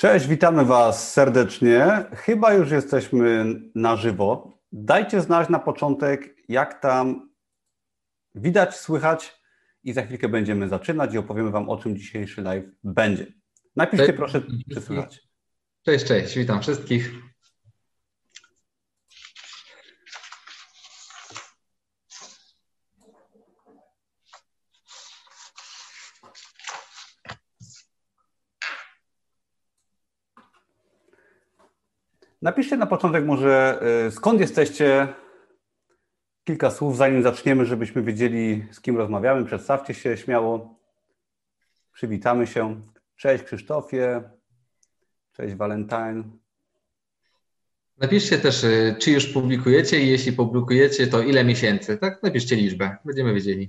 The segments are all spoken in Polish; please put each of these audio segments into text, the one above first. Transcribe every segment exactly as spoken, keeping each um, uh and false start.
Cześć, witamy Was serdecznie. Chyba już jesteśmy na żywo. Dajcie znać na początek, jak tam widać, słychać i za chwilkę będziemy zaczynać i opowiemy Wam, o czym dzisiejszy live będzie. Napiszcie Cześć, proszę, czy słychać. Cześć, cześć, witam wszystkich. Napiszcie na początek może, skąd jesteście. Kilka słów, zanim zaczniemy, żebyśmy wiedzieli, z kim rozmawiamy. Przedstawcie się śmiało. Przywitamy się. Cześć Krzysztofie. Cześć Valentine. Napiszcie też, czy już publikujecie i jeśli publikujecie, to ile miesięcy. Tak, napiszcie liczbę, będziemy wiedzieli.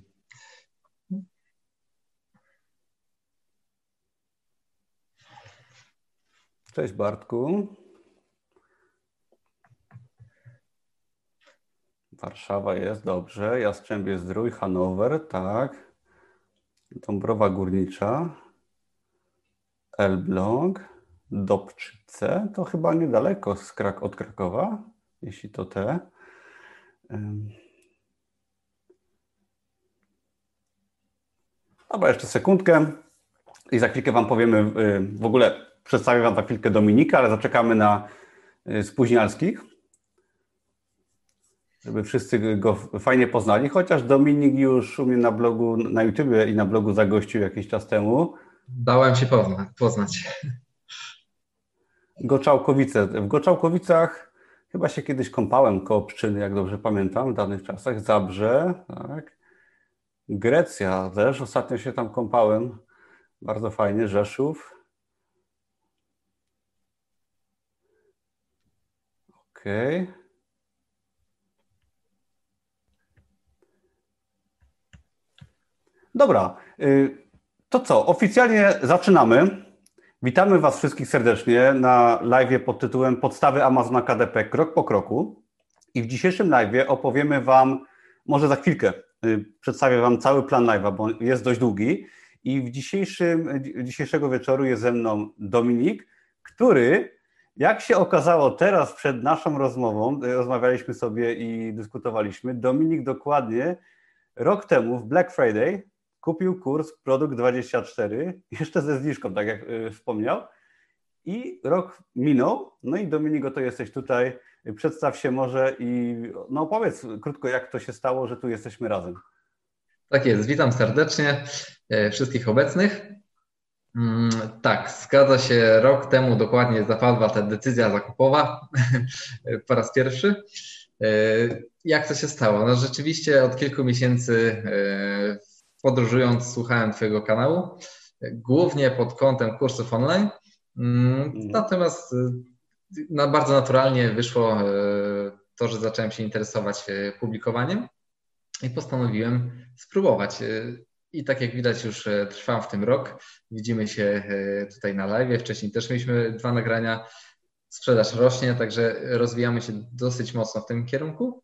Cześć Bartku. Warszawa jest, dobrze. Jastrzębie Zdrój, Hanower, tak. Dąbrowa Górnicza, Elbląg, Dobczyce, to chyba niedaleko z Krak- od Krakowa, jeśli to te. Dobra, jeszcze sekundkę i za chwilkę Wam powiemy, w ogóle przedstawię Wam za chwilkę Dominika, ale zaczekamy na spóźnialskich, żeby wszyscy go fajnie poznali, chociaż Dominik już u mnie na blogu, na YouTubie i na blogu zagościł jakiś czas temu. Dałem się pozna, poznać. Goczałkowice. W Goczałkowicach chyba się kiedyś kąpałem koło Pszczyny, jak dobrze pamiętam, w danych czasach. Zabrze, tak. Grecja też, ostatnio się tam kąpałem. Bardzo fajnie. Rzeszów. Okej. Okay. Dobra, to co? Oficjalnie zaczynamy. Witamy Was wszystkich serdecznie na live'ie pod tytułem Podstawy Amazona K D P krok po kroku. I w dzisiejszym live'ie opowiemy Wam, może za chwilkę przedstawię Wam cały plan live'a, bo jest dość długi. I w dzisiejszym, dzisiejszego wieczoru jest ze mną Dominik, który, jak się okazało teraz przed naszą rozmową, rozmawialiśmy sobie i dyskutowaliśmy, Dominik dokładnie rok temu w Black Friday kupił kurs Produkt dwadzieścia cztery, jeszcze ze zniżką, tak jak y, wspomniał. I rok minął, no i Dominik, to jesteś tutaj. Przedstaw się może i no powiedz krótko, jak to się stało, że tu jesteśmy razem. Tak jest, witam serdecznie wszystkich obecnych. Tak, zgadza się, rok temu dokładnie zapadła ta decyzja zakupowa po raz pierwszy. Jak to się stało? No rzeczywiście od kilku miesięcy podróżując słuchałem Twojego kanału, głównie pod kątem kursów online, natomiast no, bardzo naturalnie wyszło to, że zacząłem się interesować publikowaniem i postanowiłem spróbować. I tak jak widać już trwam w tym rok, widzimy się tutaj na live, wcześniej też mieliśmy dwa nagrania, sprzedaż rośnie, także rozwijamy się dosyć mocno w tym kierunku.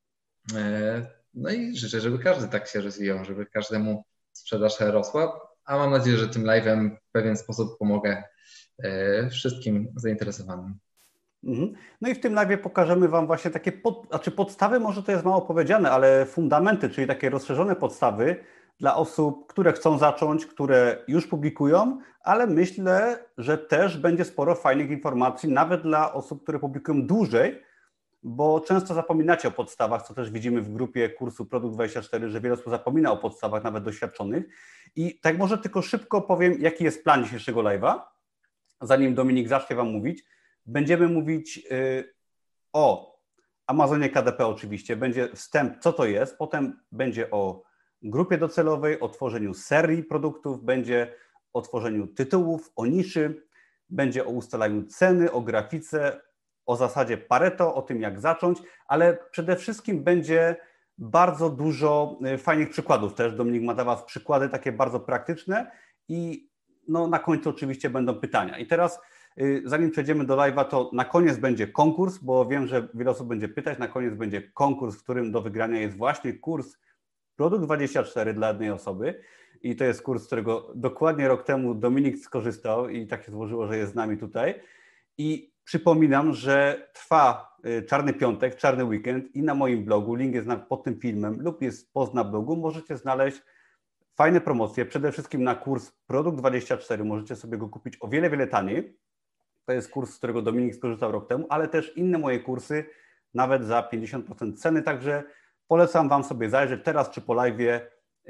No i życzę, żeby każdy tak się rozwijał, żeby każdemu sprzedaż rosła, a mam nadzieję, że tym live'em w pewien sposób pomogę wszystkim zainteresowanym. No i w tym live'ie pokażemy Wam właśnie takie, pod, znaczy podstawy, może to jest mało powiedziane, ale fundamenty, czyli takie rozszerzone podstawy dla osób, które chcą zacząć, które już publikują, ale myślę, że też będzie sporo fajnych informacji, nawet dla osób, które publikują dłużej, bo często zapominacie o podstawach, co też widzimy w grupie kursu Produkt dwadzieścia cztery, że wiele osób zapomina o podstawach, nawet doświadczonych. I tak może tylko szybko powiem, jaki jest plan dzisiejszego live'a, zanim Dominik zacznie Wam mówić. Będziemy mówić y, o Amazonie K D P oczywiście, będzie wstęp, co to jest, potem będzie o grupie docelowej, o tworzeniu serii produktów, będzie o tworzeniu tytułów, o niszy, będzie o ustalaniu ceny, o grafice, o zasadzie Pareto, o tym jak zacząć, ale przede wszystkim będzie bardzo dużo fajnych przykładów też. Dominik ma dla Was przykłady takie bardzo praktyczne i no, na końcu oczywiście będą pytania. I teraz zanim przejdziemy do live'a, to na koniec będzie konkurs, bo wiem, że wiele osób będzie pytać, na koniec będzie konkurs, w którym do wygrania jest właśnie kurs Produkt dwadzieścia cztery dla jednej osoby. i to jest kurs, z którego dokładnie rok temu Dominik skorzystał i tak się złożyło, że jest z nami tutaj. I przypominam, że trwa Czarny Piątek, Czarny Weekend i na moim blogu, link jest pod tym filmem lub jest post na blogu, możecie znaleźć fajne promocje, przede wszystkim na kurs Produkt dwadzieścia cztery, możecie sobie go kupić o wiele, wiele taniej. To jest kurs, z którego Dominik skorzystał rok temu, ale też inne moje kursy, nawet za pięćdziesiąt procent ceny, także polecam Wam sobie zajrzeć teraz czy po live'ie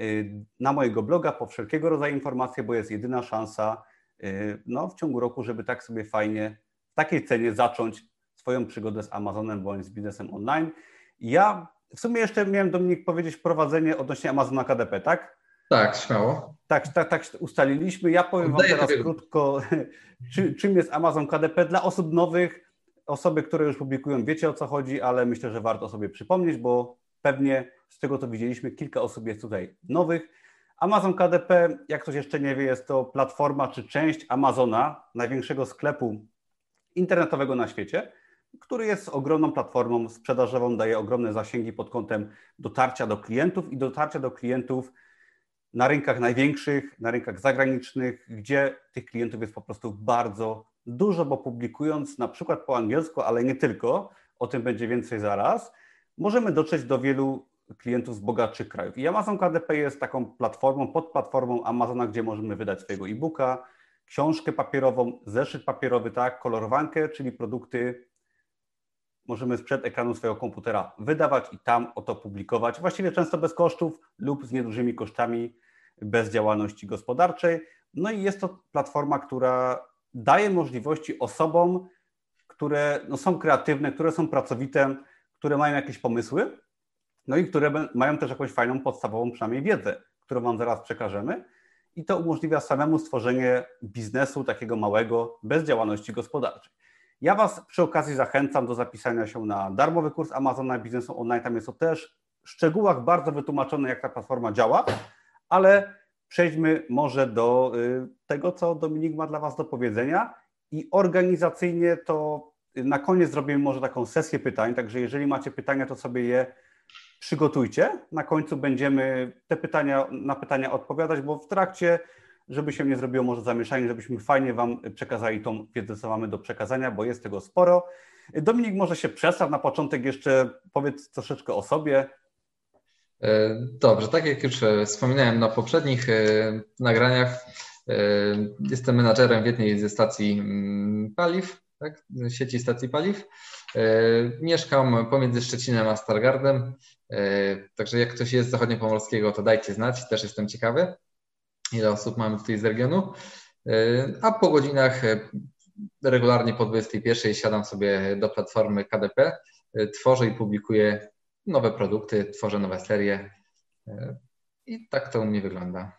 na mojego bloga po wszelkiego rodzaju informacje, bo jest jedyna szansa no, w ciągu roku, żeby tak sobie fajnie w takiej cenie zacząć swoją przygodę z Amazonem bądź z biznesem online. Ja w sumie jeszcze miałem, Dominik, powiedzieć wprowadzenie odnośnie Amazona K D P, tak? Tak, śmiało. Tak, tak, tak ustaliliśmy. Ja powiem Wam teraz krótko, czy, czym jest Amazon K D P dla osób nowych, osoby, które już publikują, wiecie o co chodzi, ale myślę, że warto sobie przypomnieć, bo pewnie z tego, co widzieliśmy, kilka osób jest tutaj nowych. Amazon K D P, jak ktoś jeszcze nie wie, jest to platforma czy część Amazona, największego sklepu internetowego na świecie, który jest ogromną platformą sprzedażową, daje ogromne zasięgi pod kątem dotarcia do klientów i dotarcia do klientów na rynkach największych, na rynkach zagranicznych, gdzie tych klientów jest po prostu bardzo dużo, bo publikując na przykład po angielsku, ale nie tylko, o tym będzie więcej zaraz, możemy dotrzeć do wielu klientów z bogatszych krajów. I Amazon K D P jest taką platformą, podplatformą Amazona, gdzie możemy wydać swojego e-booka, książkę papierową, zeszyt papierowy, tak, kolorowankę, czyli produkty możemy sprzed ekranu swojego komputera wydawać i tam oto publikować, właściwie często bez kosztów lub z niedużymi kosztami, bez działalności gospodarczej. No i jest to platforma, która daje możliwości osobom, które no, są kreatywne, które są pracowite, które mają jakieś pomysły, no i które mają też jakąś fajną, podstawową przynajmniej wiedzę, którą Wam zaraz przekażemy. I to umożliwia samemu stworzenie biznesu takiego małego, bez działalności gospodarczej. Ja Was przy okazji zachęcam do zapisania się na darmowy kurs Amazona Biznesu Online. Tam jest to też w szczegółach bardzo wytłumaczone, jak ta platforma działa, ale przejdźmy może do tego, co Dominik ma dla Was do powiedzenia i organizacyjnie to na koniec zrobimy może taką sesję pytań, także jeżeli macie pytania, to sobie je przygotujcie. Na końcu będziemy te pytania, na pytania odpowiadać, bo w trakcie, żeby się nie zrobiło może zamieszanie, żebyśmy fajnie Wam przekazali tą wiedzę, co mamy do przekazania, bo jest tego sporo. Dominik, może się przedstaw na początek jeszcze, powiedz troszeczkę o sobie. Dobrze, tak jak już wspominałem na poprzednich nagraniach, jestem menadżerem w jednej ze stacji paliw, tak, sieci stacji paliw. Mieszkam pomiędzy Szczecinem a Stargardem, także jak ktoś jest z zachodniopomorskiego, to dajcie znać, też jestem ciekawy, ile osób mamy tutaj z regionu. A po godzinach regularnie po dwudziestej pierwszej siadam sobie do platformy K D P, tworzę i publikuję nowe produkty, tworzę nowe serie i tak to u mnie wygląda.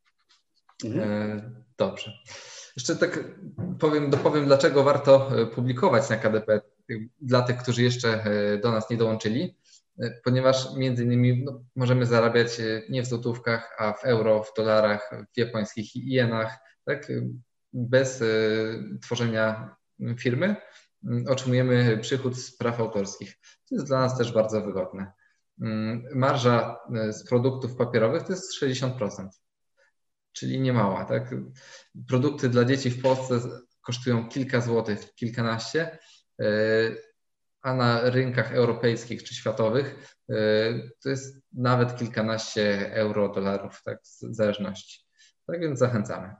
Mhm. Dobrze. Jeszcze tak powiem, dopowiem, dlaczego warto publikować na K D P dla tych, którzy jeszcze do nas nie dołączyli, ponieważ między innymi no, możemy zarabiać nie w złotówkach, a w euro, w dolarach, w japońskich jenach, tak? Bez tworzenia firmy otrzymujemy przychód z praw autorskich. To jest dla nas też bardzo wygodne. Marża z produktów papierowych to jest sześćdziesiąt procent, czyli nie mała. Tak? Produkty dla dzieci w Polsce kosztują kilka złotych, kilkanaście, a na rynkach europejskich czy światowych to jest nawet kilkanaście euro, dolarów, tak, w zależności. Tak więc zachęcamy.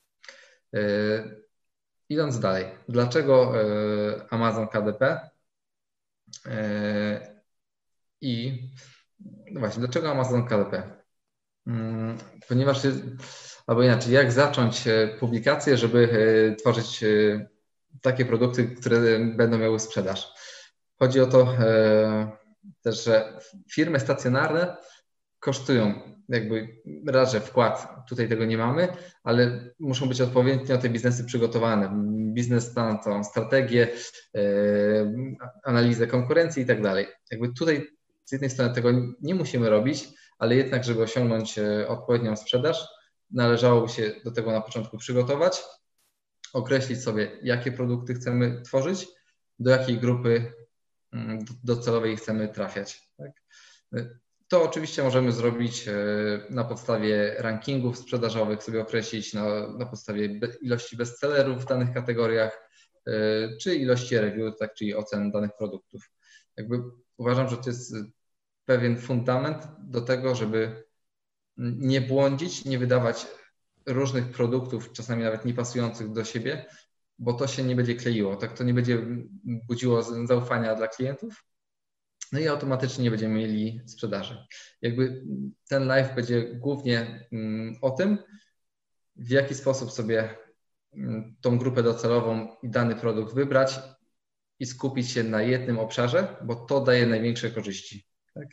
Idąc dalej, dlaczego Amazon K D P i no właśnie, dlaczego Amazon K D P? Ponieważ, albo inaczej, jak zacząć publikację, żeby tworzyć takie produkty, które będą miały sprzedaż. Chodzi o to też, że firmy stacjonarne kosztują jakby raz, że wkład, tutaj tego nie mamy, ale muszą być odpowiednio te biznesy przygotowane. Biznes na tą strategię, analizę konkurencji i tak dalej. Jakby tutaj z jednej strony tego nie musimy robić, ale jednak, żeby osiągnąć odpowiednią sprzedaż, należałoby się do tego na początku przygotować, określić sobie, jakie produkty chcemy tworzyć, do jakiej grupy docelowej chcemy trafiać. Tak? To oczywiście możemy zrobić na podstawie rankingów sprzedażowych, sobie określić na, na podstawie ilości bestsellerów w danych kategoriach, czy ilości review, tak, czyli ocen danych produktów. Jakby uważam, że to jest pewien fundament do tego, żeby nie błądzić, nie wydawać różnych produktów, czasami nawet nie pasujących do siebie, bo to się nie będzie kleiło, tak, to nie będzie budziło zaufania dla klientów. No i automatycznie nie będziemy mieli sprzedaży. Jakby ten live będzie głównie o tym, w jaki sposób sobie tą grupę docelową i dany produkt wybrać i skupić się na jednym obszarze, bo to daje największe korzyści. Tak?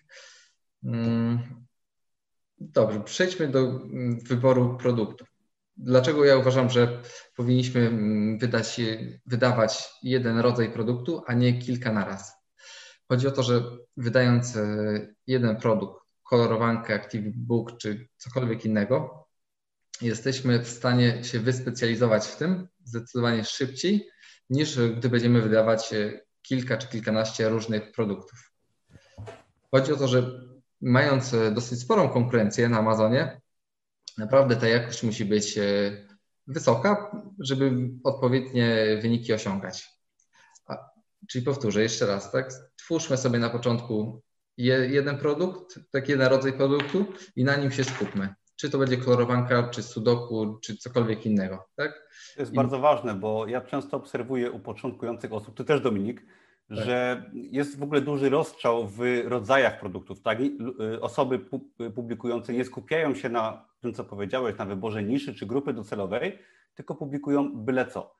Dobrze, przejdźmy do wyboru produktu. Dlaczego ja uważam, że powinniśmy wydać, wydawać jeden rodzaj produktu, a nie kilka naraz? Chodzi o to, że wydając jeden produkt, kolorowankę, Active Book czy cokolwiek innego, jesteśmy w stanie się wyspecjalizować w tym zdecydowanie szybciej, niż gdy będziemy wydawać kilka czy kilkanaście różnych produktów. Chodzi o to, że mając dosyć sporą konkurencję na Amazonie, naprawdę ta jakość musi być wysoka, żeby odpowiednie wyniki osiągać. Czyli powtórzę jeszcze raz, tak? Twórzmy sobie na początku jeden produkt, taki jeden rodzaj produktu i na nim się skupmy. Czy to będzie kolorowanka, czy sudoku, czy cokolwiek innego, tak? To jest I... bardzo ważne, bo ja często obserwuję u początkujących osób, ty też, Dominik, tak, że jest w ogóle duży rozstrzał w rodzajach produktów, tak? Osoby publikujące nie skupiają się na tym, co powiedziałeś, na wyborze niszy czy grupy docelowej, tylko publikują byle co.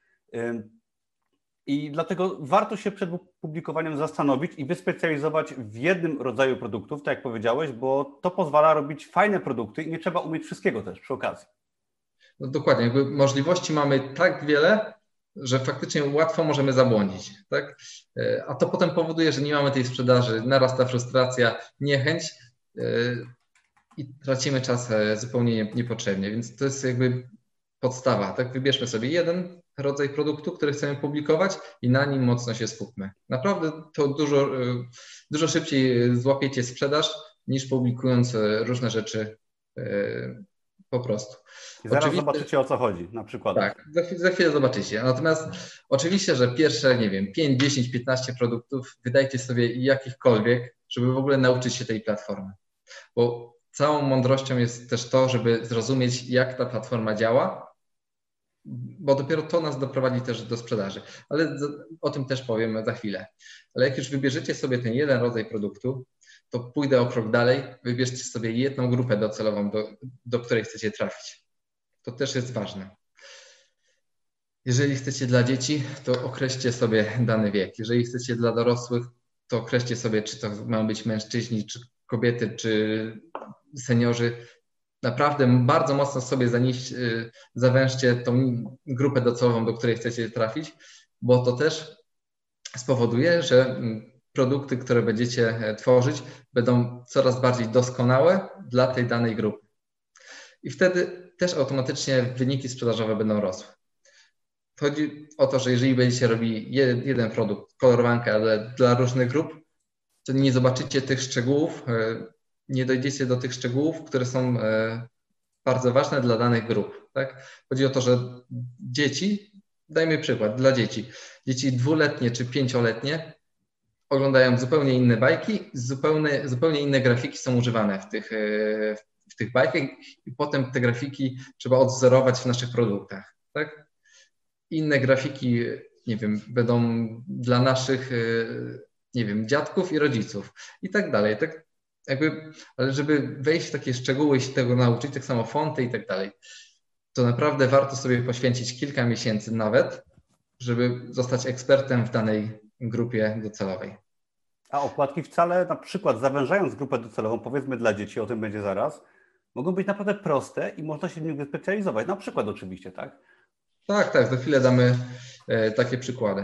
I dlatego warto się przed publikowaniem zastanowić i wyspecjalizować w jednym rodzaju produktów, tak jak powiedziałeś, bo to pozwala robić fajne produkty i nie trzeba umieć wszystkiego też przy okazji. No dokładnie, jakby możliwości mamy tak wiele, że faktycznie łatwo możemy zabłądzić, tak? A to potem powoduje, że nie mamy tej sprzedaży, narasta frustracja, niechęć i tracimy czas zupełnie niepotrzebnie, więc to jest jakby podstawa, tak? Wybierzmy sobie jeden rodzaj produktu, który chcemy publikować i na nim mocno się skupmy. Naprawdę to dużo, dużo szybciej złapiecie sprzedaż niż publikując różne rzeczy po prostu. I zaraz oczywiście zobaczycie, o co chodzi na przykład. Tak, za chwilę, za chwilę zobaczycie. Natomiast oczywiście, że pierwsze, nie wiem, pięć, dziesięć, piętnaście produktów wydajcie sobie jakichkolwiek, żeby w ogóle nauczyć się tej platformy. Bo całą mądrością jest też to, żeby zrozumieć, jak ta platforma działa, bo dopiero to nas doprowadzi też do sprzedaży. Ale o tym też powiem za chwilę. Ale jak już wybierzecie sobie ten jeden rodzaj produktu, to pójdę o krok dalej, wybierzcie sobie jedną grupę docelową, do, do której chcecie trafić. To też jest ważne. Jeżeli chcecie dla dzieci, to określcie sobie dany wiek. Jeżeli chcecie dla dorosłych, to określcie sobie, czy to mają być mężczyźni, czy kobiety, czy seniorzy. Naprawdę bardzo mocno sobie zanieść, zawężcie tą grupę docelową, do której chcecie trafić, bo to też spowoduje, że produkty, które będziecie tworzyć, będą coraz bardziej doskonałe dla tej danej grupy. I wtedy też automatycznie wyniki sprzedażowe będą rosły. Chodzi o to, że jeżeli będziecie robili jeden produkt, kolorowankę, ale dla różnych grup, to nie zobaczycie tych szczegółów, nie dojdziecie do tych szczegółów, które są bardzo ważne dla danych grup. Tak? Chodzi o to, że dzieci, dajmy przykład, dla dzieci, dzieci dwuletnie czy pięcioletnie oglądają zupełnie inne bajki, zupełnie, zupełnie inne grafiki są używane w tych, w tych bajkach i potem te grafiki trzeba odwzorować w naszych produktach. Tak? Inne grafiki, nie wiem, będą dla naszych, nie wiem, dziadków i rodziców i tak dalej. Tak jakby, ale żeby wejść w takie szczegóły i się tego nauczyć, tak samo fonty i tak dalej, to naprawdę warto sobie poświęcić kilka miesięcy nawet, żeby zostać ekspertem w danej grupie docelowej. A okładki wcale, na przykład zawężając grupę docelową, powiedzmy dla dzieci, o tym będzie zaraz, mogą być naprawdę proste i można się w nich wyspecjalizować. Na przykład oczywiście, tak? Tak, tak, za chwilę damy e, takie przykłady.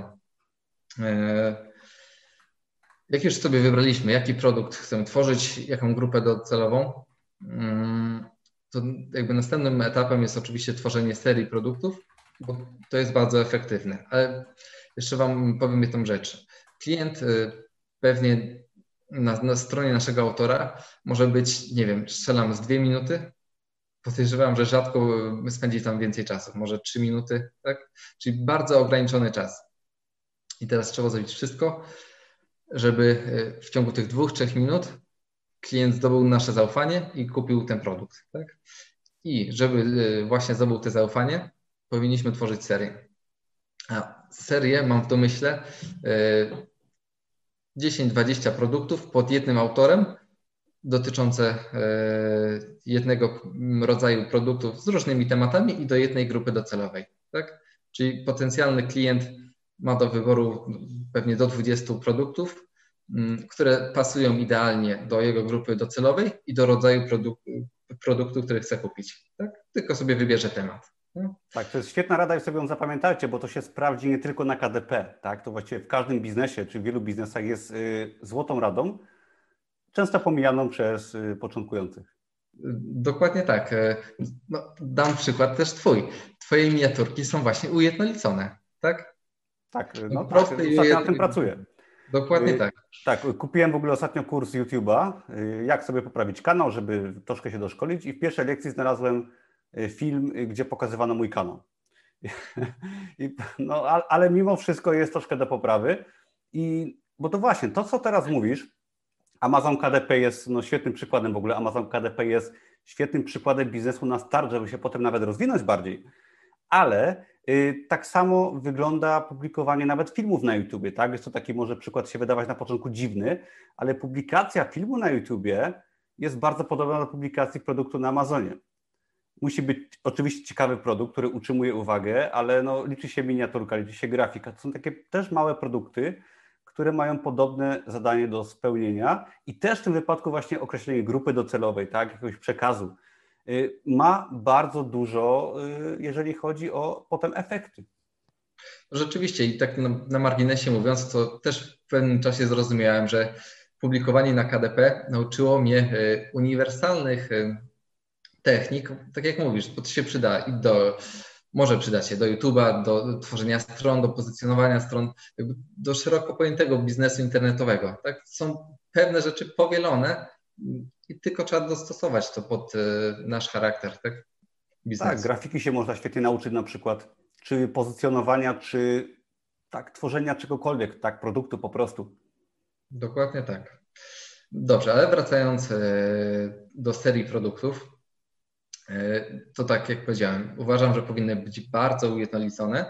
E, jak już sobie wybraliśmy, jaki produkt chcemy tworzyć, jaką grupę docelową, mm, to jakby następnym etapem jest oczywiście tworzenie serii produktów, bo to jest bardzo efektywne. Ale jeszcze Wam powiem jedną rzecz. Klient pewnie na, na stronie naszego autora może być, nie wiem, strzelam z dwie minuty. Podejrzewam, że rzadko spędzi tam więcej czasu, może trzy minuty, tak? Czyli bardzo ograniczony czas. I teraz trzeba zrobić wszystko, żeby w ciągu tych dwóch, trzech minut klient zdobył nasze zaufanie i kupił ten produkt, tak? I żeby właśnie zdobył to zaufanie, powinniśmy tworzyć serię. A serię mam w domyśle dziesięć dwadzieścia produktów pod jednym autorem dotyczące jednego rodzaju produktów z różnymi tematami i do jednej grupy docelowej, tak? Czyli potencjalny klient ma do wyboru pewnie do dwudziestu produktów, które pasują idealnie do jego grupy docelowej i do rodzaju produktu, produktu który chce kupić, tak? Tylko sobie wybierze temat. No. Tak, to jest świetna rada i sobie ją zapamiętajcie, bo to się sprawdzi nie tylko na K D P, tak? To właściwie w każdym biznesie, czy w wielu biznesach jest y, złotą radą, często pomijaną przez y, początkujących. Dokładnie tak. No, dam przykład też twój. Twoje miniaturki są właśnie ujednolicone, tak? Tak, no tak, Prosty ostatnio jed... na tym pracuję. Dokładnie tak. Tak, kupiłem w ogóle ostatnio kurs YouTube'a, jak sobie poprawić kanał, żeby troszkę się doszkolić i w pierwszej lekcji znalazłem film, gdzie pokazywano mój kanał. I, no, ale mimo wszystko jest troszkę do poprawy. I, bo to właśnie, to co teraz mówisz, Amazon K D P jest no, świetnym przykładem w ogóle. Amazon K D P jest świetnym przykładem biznesu na start, żeby się potem nawet rozwinąć bardziej. Ale y, tak samo wygląda publikowanie nawet filmów na YouTubie, tak? Jest to taki może przykład się wydawać na początku dziwny, ale publikacja filmu na YouTubie jest bardzo podobna do publikacji produktu na Amazonie. Musi być oczywiście ciekawy produkt, który utrzymuje uwagę, ale no, liczy się miniaturka, liczy się grafika. To są takie też małe produkty, które mają podobne zadanie do spełnienia i też w tym wypadku właśnie określenie grupy docelowej, tak, jakiegoś przekazu ma bardzo dużo, jeżeli chodzi o potem efekty. Rzeczywiście i tak na, na marginesie mówiąc, to też w pewnym czasie zrozumiałem, że publikowanie na K D P nauczyło mnie uniwersalnych technik, tak jak mówisz, bo to się przyda i do, może przydać się do YouTube'a, do tworzenia stron, do pozycjonowania stron, do szeroko pojętego biznesu internetowego. Tak? Są pewne rzeczy powielone i tylko trzeba dostosować to pod nasz charakter, tak? Biznesu. Tak, grafiki się można świetnie nauczyć na przykład, czy pozycjonowania, czy tak, tworzenia czegokolwiek, tak, produktu po prostu. Dokładnie tak. Dobrze, ale wracając do serii produktów, to tak jak powiedziałem, uważam, że powinny być bardzo ujednolicone,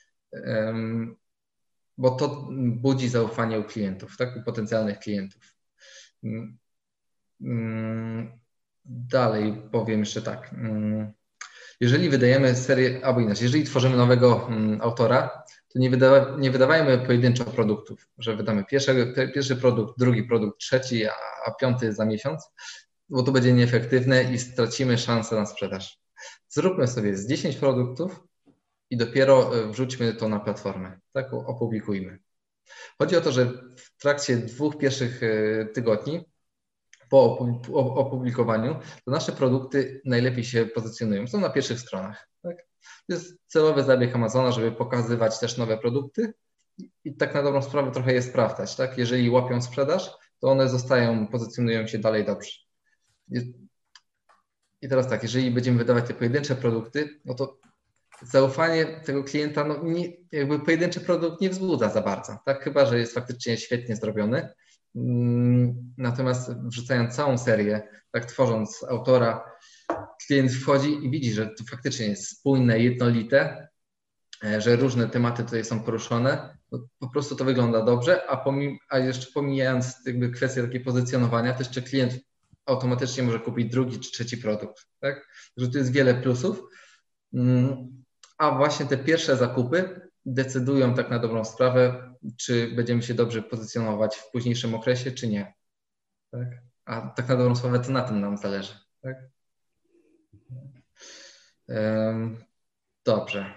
bo to budzi zaufanie u klientów, tak, u potencjalnych klientów. Dalej powiem jeszcze tak. Jeżeli wydajemy serię, albo inaczej, jeżeli tworzymy nowego autora, to nie, wydawa, nie wydawajmy pojedynczo produktów, że wydamy pierwszy, pierwszy produkt, drugi produkt, trzeci, a, a piąty za miesiąc, bo to będzie nieefektywne i stracimy szansę na sprzedaż. Zróbmy sobie z dziesięć produktów i dopiero wrzućmy to na platformę, tak, opublikujmy. Chodzi o to, że w trakcie dwóch pierwszych tygodni po opublikowaniu, to nasze produkty najlepiej się pozycjonują. Są na pierwszych stronach. Tak? To jest celowy zabieg Amazona, żeby pokazywać też nowe produkty i tak na dobrą sprawę trochę je sprawdzać. Tak? Jeżeli łapią sprzedaż, to one zostają, pozycjonują się dalej dobrze. I teraz tak, jeżeli będziemy wydawać te pojedyncze produkty, no to zaufanie tego klienta, no nie, jakby pojedynczy produkt nie wzbudza za bardzo, tak? Chyba że jest faktycznie świetnie zrobiony. Natomiast wrzucając całą serię, tak tworząc autora, klient wchodzi i widzi, że to faktycznie jest spójne, jednolite, że różne tematy tutaj są poruszone. No, po prostu to wygląda dobrze, a, pomij, a jeszcze pomijając jakby kwestię takiej pozycjonowania, to jeszcze klient automatycznie może kupić drugi czy trzeci produkt. Tak? Że tu jest wiele plusów, a właśnie te pierwsze zakupy decydują tak na dobrą sprawę, czy będziemy się dobrze pozycjonować w późniejszym okresie, czy nie. Tak? A tak na dobrą sprawę to na tym nam zależy. Tak? Dobrze.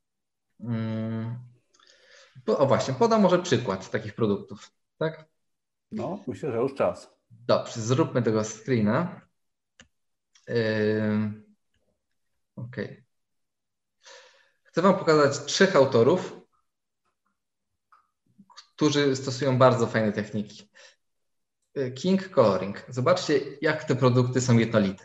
O właśnie, podam może przykład takich produktów. Tak? No, myślę, że już czas. Dobrze, zróbmy tego screena. OK. Chcę Wam pokazać trzech autorów, którzy stosują bardzo fajne techniki. King Coloring. Zobaczcie, jak te produkty są jednolite.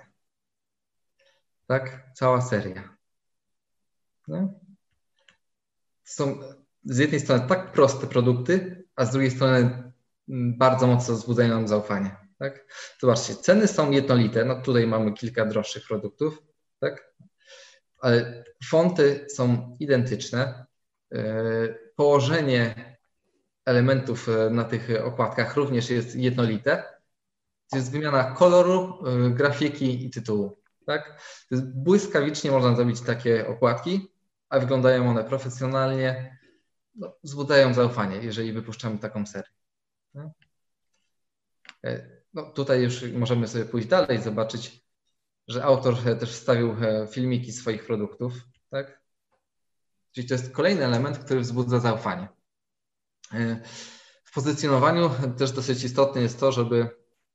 Tak? Cała seria. No. Są z jednej strony tak proste produkty, a z drugiej strony bardzo mocno wzbudzają nam zaufanie. Tak? Zobaczcie, ceny są jednolite. No tutaj mamy kilka droższych produktów, tak? Ale fonty są identyczne. Położenie elementów na tych okładkach również jest jednolite. To jest wymiana koloru, grafiki i tytułu. Tak? To jest błyskawicznie można zrobić takie okładki, a wyglądają one profesjonalnie, no, wzbudzają zaufanie, jeżeli wypuszczamy taką serię. No. No, tutaj już możemy sobie pójść dalej, zobaczyć, że autor też wstawił filmiki swoich produktów. Tak? Czyli to jest kolejny element, który wzbudza zaufanie. W pozycjonowaniu też dosyć istotne jest to, żeby,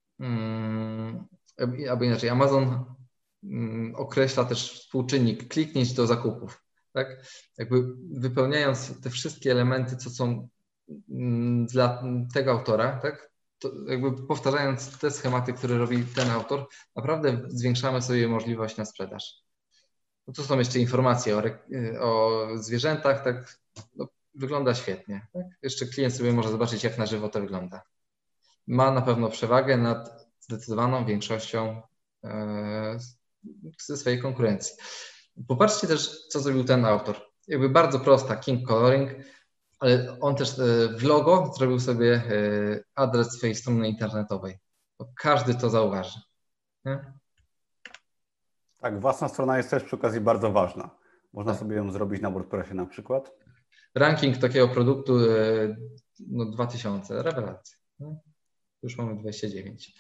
albo inaczej, Amazon określa też współczynnik kliknięć do zakupów. Tak? Jakby wypełniając te wszystkie elementy, co są dla tego autora, tak? To jakby powtarzając te schematy, które robi ten autor, naprawdę zwiększamy sobie możliwość na sprzedaż. No tu są jeszcze informacje o, o zwierzętach, tak? No, wygląda świetnie. Tak? Jeszcze klient sobie może zobaczyć, jak na żywo to wygląda. Ma na pewno przewagę nad zdecydowaną większością e, ze swojej konkurencji. Popatrzcie też, co zrobił ten autor. Jakby bardzo prosta King Coloring, ale on też w logo zrobił sobie adres swojej strony internetowej. Każdy to zauważy. Nie? Tak, własna strona jest też przy okazji bardzo ważna. Można tak. sobie ją zrobić na WordPressie na przykład. Ranking takiego produktu no dwa tysiące, rewelacja. Nie? Już mamy dwadzieścia dziewięć.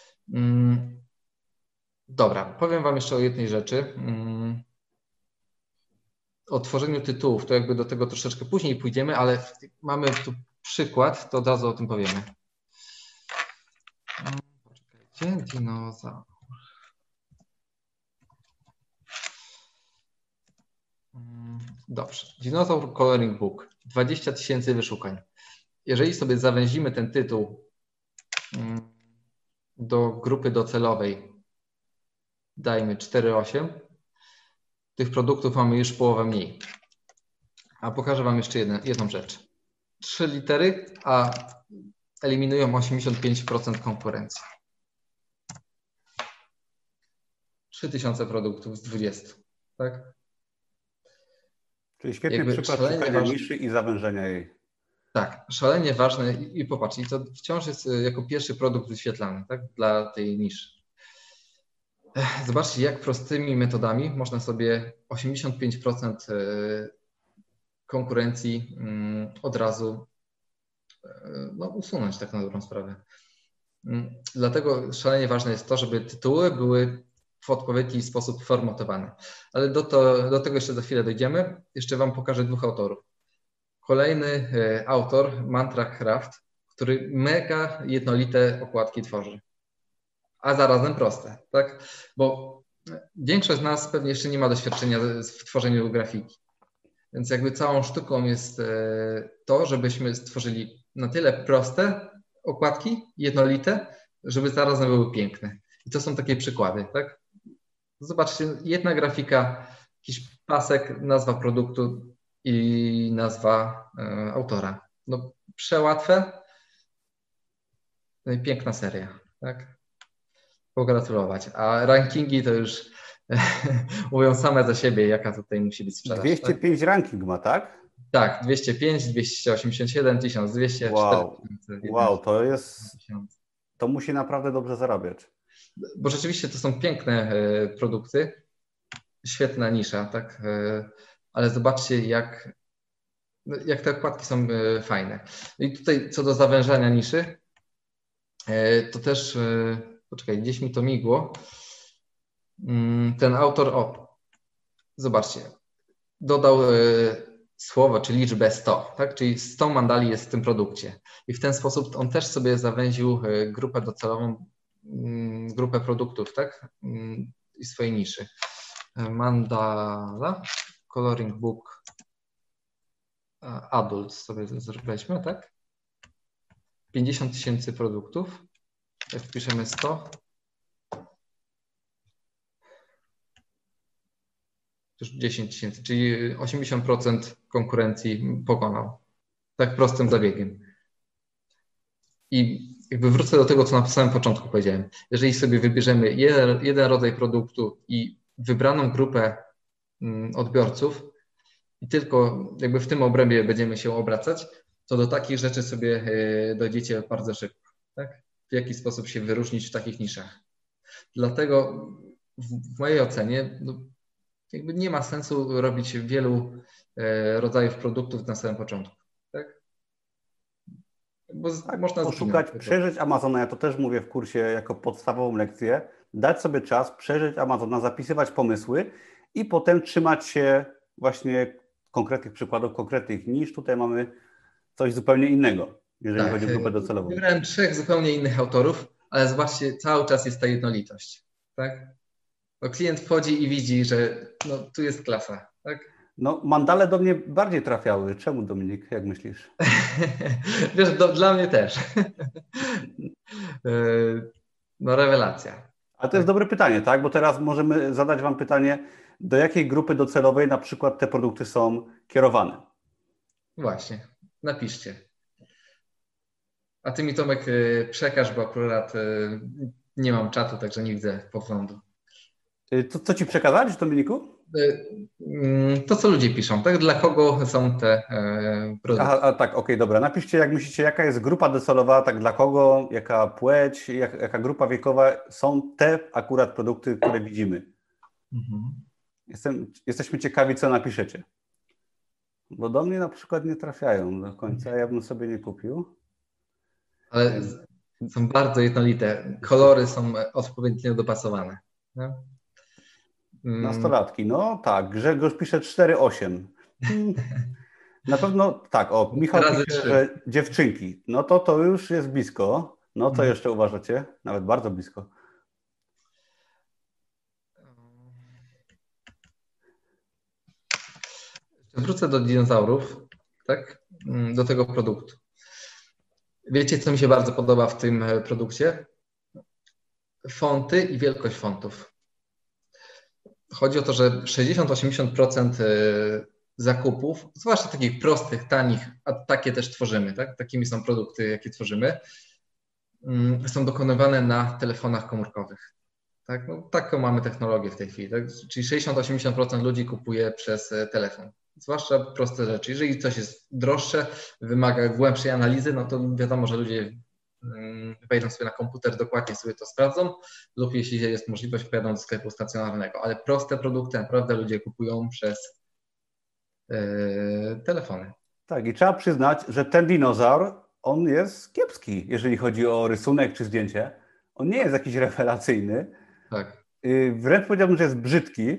Dobra, powiem Wam jeszcze o jednej rzeczy. O tworzeniu tytułów, to jakby do tego troszeczkę później pójdziemy, ale mamy tu przykład, to od razu o tym powiemy. Poczekajcie, dinozaur. Dobrze, Dinosaur Coloring Book, dwadzieścia tysięcy wyszukań. Jeżeli sobie zawęzimy ten tytuł do grupy docelowej, dajmy cztery osiem, tych produktów mamy już połowę mniej. A pokażę Wam jeszcze jedne, jedną rzecz. Trzy litery, a eliminują osiemdziesiąt pięć procent konkurencji. trzy tysiące produktów z dwudziestu. Tak? Czyli świetny Jakby przykład szukania ważne, niszy i zawężenia jej. Tak, szalenie ważne i, i popatrz, i to wciąż jest jako pierwszy produkt wyświetlany, tak, dla tej niszy. Zobaczcie, jak prostymi metodami można sobie osiemdziesiąt pięć procent konkurencji od razu no, usunąć, tak na dobrą sprawę. Dlatego szalenie ważne jest to, żeby tytuły były w odpowiedni sposób formatowane. Ale do, to, do tego jeszcze za chwilę dojdziemy. Jeszcze Wam pokażę dwóch autorów. Kolejny autor, Mantra Craft, który mega jednolite okładki tworzy, a zarazem proste, tak? Bo większość z nas pewnie jeszcze nie ma doświadczenia w tworzeniu grafiki. Więc jakby całą sztuką jest to, żebyśmy stworzyli na tyle proste okładki, jednolite, żeby zarazem były piękne. I to są takie przykłady, tak? Zobaczcie, jedna grafika, jakiś pasek, nazwa produktu i nazwa e, autora. No przełatwe, no i piękna seria, tak? Pogratulować. A rankingi to już mówią same za siebie, jaka tutaj musi być sprzedaż. dwieście pięć tak? ranking ma, tak? Tak, dwieście pięć, dwieście osiemdziesiąt siedem, tysiąc dwieście, wow. Wow, to jest, to musi naprawdę dobrze zarabiać. Bo rzeczywiście to są piękne produkty, świetna nisza, tak? Ale zobaczcie, jak, jak te okładki są fajne. I tutaj co do zawężania niszy, to też, poczekaj, gdzieś mi to migło. Ten autor, o, zobaczcie, dodał słowo czy liczbę sto, tak? Czyli sto mandali jest w tym produkcie. I w ten sposób on też sobie zawęził grupę docelową, grupę produktów, tak? I swojej niszy. Mandala, Coloring Book Adult sobie zrobiliśmy, tak? pięćdziesiąt tysięcy produktów. jak wpiszemy sto, już dziesięć tysięcy, czyli osiemdziesiąt procent konkurencji pokonał. Tak prostym zabiegiem. I jakby wrócę do tego, co na samym początku powiedziałem. Jeżeli sobie wybierzemy jeden, jeden rodzaj produktu i wybraną grupę odbiorców i tylko jakby w tym obrębie będziemy się obracać, to do takich rzeczy sobie dojdziecie bardzo szybko. Tak? W jaki sposób się wyróżnić w takich niszach. Dlatego w mojej ocenie no, jakby nie ma sensu robić wielu rodzajów produktów na samym początku. Tak? Bo tak, można poszukać, zginąć. przeżyć Amazona, ja to też mówię w kursie jako podstawową lekcję, dać sobie czas, przeżyć Amazona, zapisywać pomysły i potem trzymać się właśnie konkretnych przykładów, konkretnych niż. Tutaj mamy coś zupełnie innego, jeżeli Tak, chodzi o grupę docelową. Wybrałem trzech zupełnie innych autorów, ale zobaczcie, cały czas jest ta jednolitość. Tak? No, klient wchodzi i widzi, że no, tu jest klasa. Tak? No, mandale do mnie bardziej trafiały. Czemu, Dominik, jak myślisz? Wiesz, do, dla mnie też. No rewelacja. A to jest dobre pytanie, tak? Bo teraz możemy zadać Wam pytanie, do jakiej grupy docelowej na przykład te produkty są kierowane? Właśnie, napiszcie. A Ty mi, Tomek, przekaż, bo akurat nie mam czatu, także nie widzę poglądu. To co Ci przekazać, Dominiku? To, co ludzie piszą, tak? Dla kogo są te produkty? Aha, a, tak, okej, okay, dobra. Napiszcie, jak myślicie, jaka jest grupa docelowa, tak dla kogo, jaka płeć, jak, jaka grupa wiekowa są te akurat produkty, które widzimy. Mhm. Jestem, jesteśmy ciekawi, co napiszecie. Bo do mnie na przykład nie trafiają do końca, ja bym sobie nie kupił. Ale są bardzo jednolite. Kolory są odpowiednio dopasowane. No? Nastolatki, no tak. Grzegorz pisze cztery osiem. Na pewno tak, o, Michał Razy pisze, trzy. że dziewczynki. No to to już jest blisko. No co jeszcze uważacie? Nawet bardzo blisko. Wrócę do dinozaurów, tak? Do tego produktu. Wiecie, co mi się bardzo podoba w tym produkcie? Fonty i wielkość fontów. Chodzi o to, że sześćdziesiąt do osiemdziesięciu procent zakupów, zwłaszcza takich prostych, tanich, a takie też tworzymy, tak? Takimi są produkty, jakie tworzymy, są dokonywane na telefonach komórkowych. Tak? No, taką mamy technologię w tej chwili. Tak? Czyli sześćdziesiąt do osiemdziesięciu procent ludzi kupuje przez telefon. Zwłaszcza proste rzeczy. Jeżeli coś jest droższe, wymaga głębszej analizy, no to wiadomo, że ludzie wejdą sobie na komputer, dokładnie sobie to sprawdzą, lub jeśli jest możliwość, pojadą do sklepu stacjonarnego. Ale proste produkty naprawdę ludzie kupują przez yy, telefony. Tak, i trzeba przyznać, że ten dinozaur, on jest kiepski, jeżeli chodzi o rysunek czy zdjęcie. On nie jest jakiś rewelacyjny. Tak. Wręcz powiedziałbym, że jest brzydki,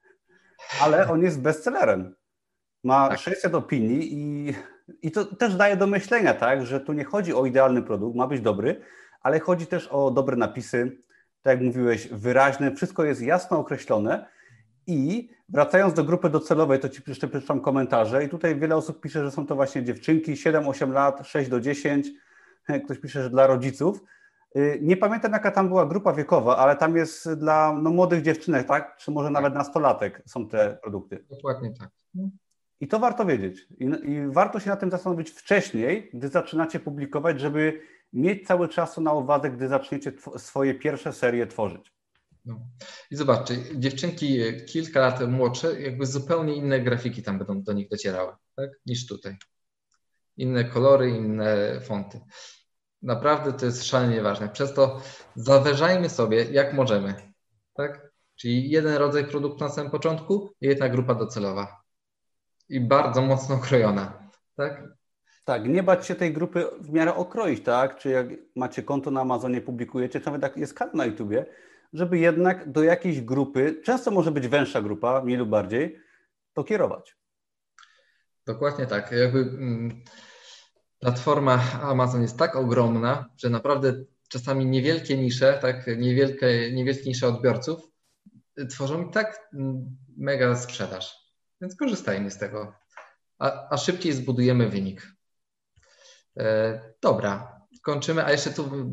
ale on jest bestsellerem. Ma tak. sześćset opinii i, i to też daje do myślenia, tak, że tu nie chodzi o idealny produkt, ma być dobry, ale chodzi też o dobre napisy, tak jak mówiłeś, wyraźne, wszystko jest jasno określone. I wracając do grupy docelowej, to Ci jeszcze przeczytam komentarze i tutaj wiele osób pisze, że są to właśnie dziewczynki, siedem osiem lat, sześć do dziesięciu, ktoś pisze, że dla rodziców. Nie pamiętam, jaka tam była grupa wiekowa, ale tam jest dla no, młodych dziewczynek, tak? Czy może nawet nastolatek są te produkty. Dokładnie tak. I to warto wiedzieć. I, I warto się na tym zastanowić wcześniej, gdy zaczynacie publikować, żeby mieć cały czas na uwadze, gdy zaczniecie swoje pierwsze serie tworzyć. No. I zobaczcie, dziewczynki kilka lat młodsze, jakby zupełnie inne grafiki tam będą do nich docierały, tak? Niż tutaj. Inne kolory, inne fonty. Naprawdę to jest szalenie ważne. Przez to zawężajmy sobie jak możemy, tak? Czyli jeden rodzaj produktu na samym początku i jedna grupa docelowa. I bardzo mocno okrojona, tak? Tak, nie bać się tej grupy w miarę okroić, tak? Czy jak macie konto na Amazonie, publikujecie, czy nawet jak jest kanał na YouTubie, żeby jednak do jakiejś grupy, często może być węższa grupa, mniej lub bardziej, to kierować. Dokładnie tak. Jakby mm, platforma Amazon jest tak ogromna, że naprawdę czasami niewielkie nisze, tak, niewielkie, niewielkie nisze odbiorców tworzą tak mega sprzedaż. Więc korzystajmy z tego, a, a szybciej zbudujemy wynik. E, dobra, kończymy. A jeszcze tu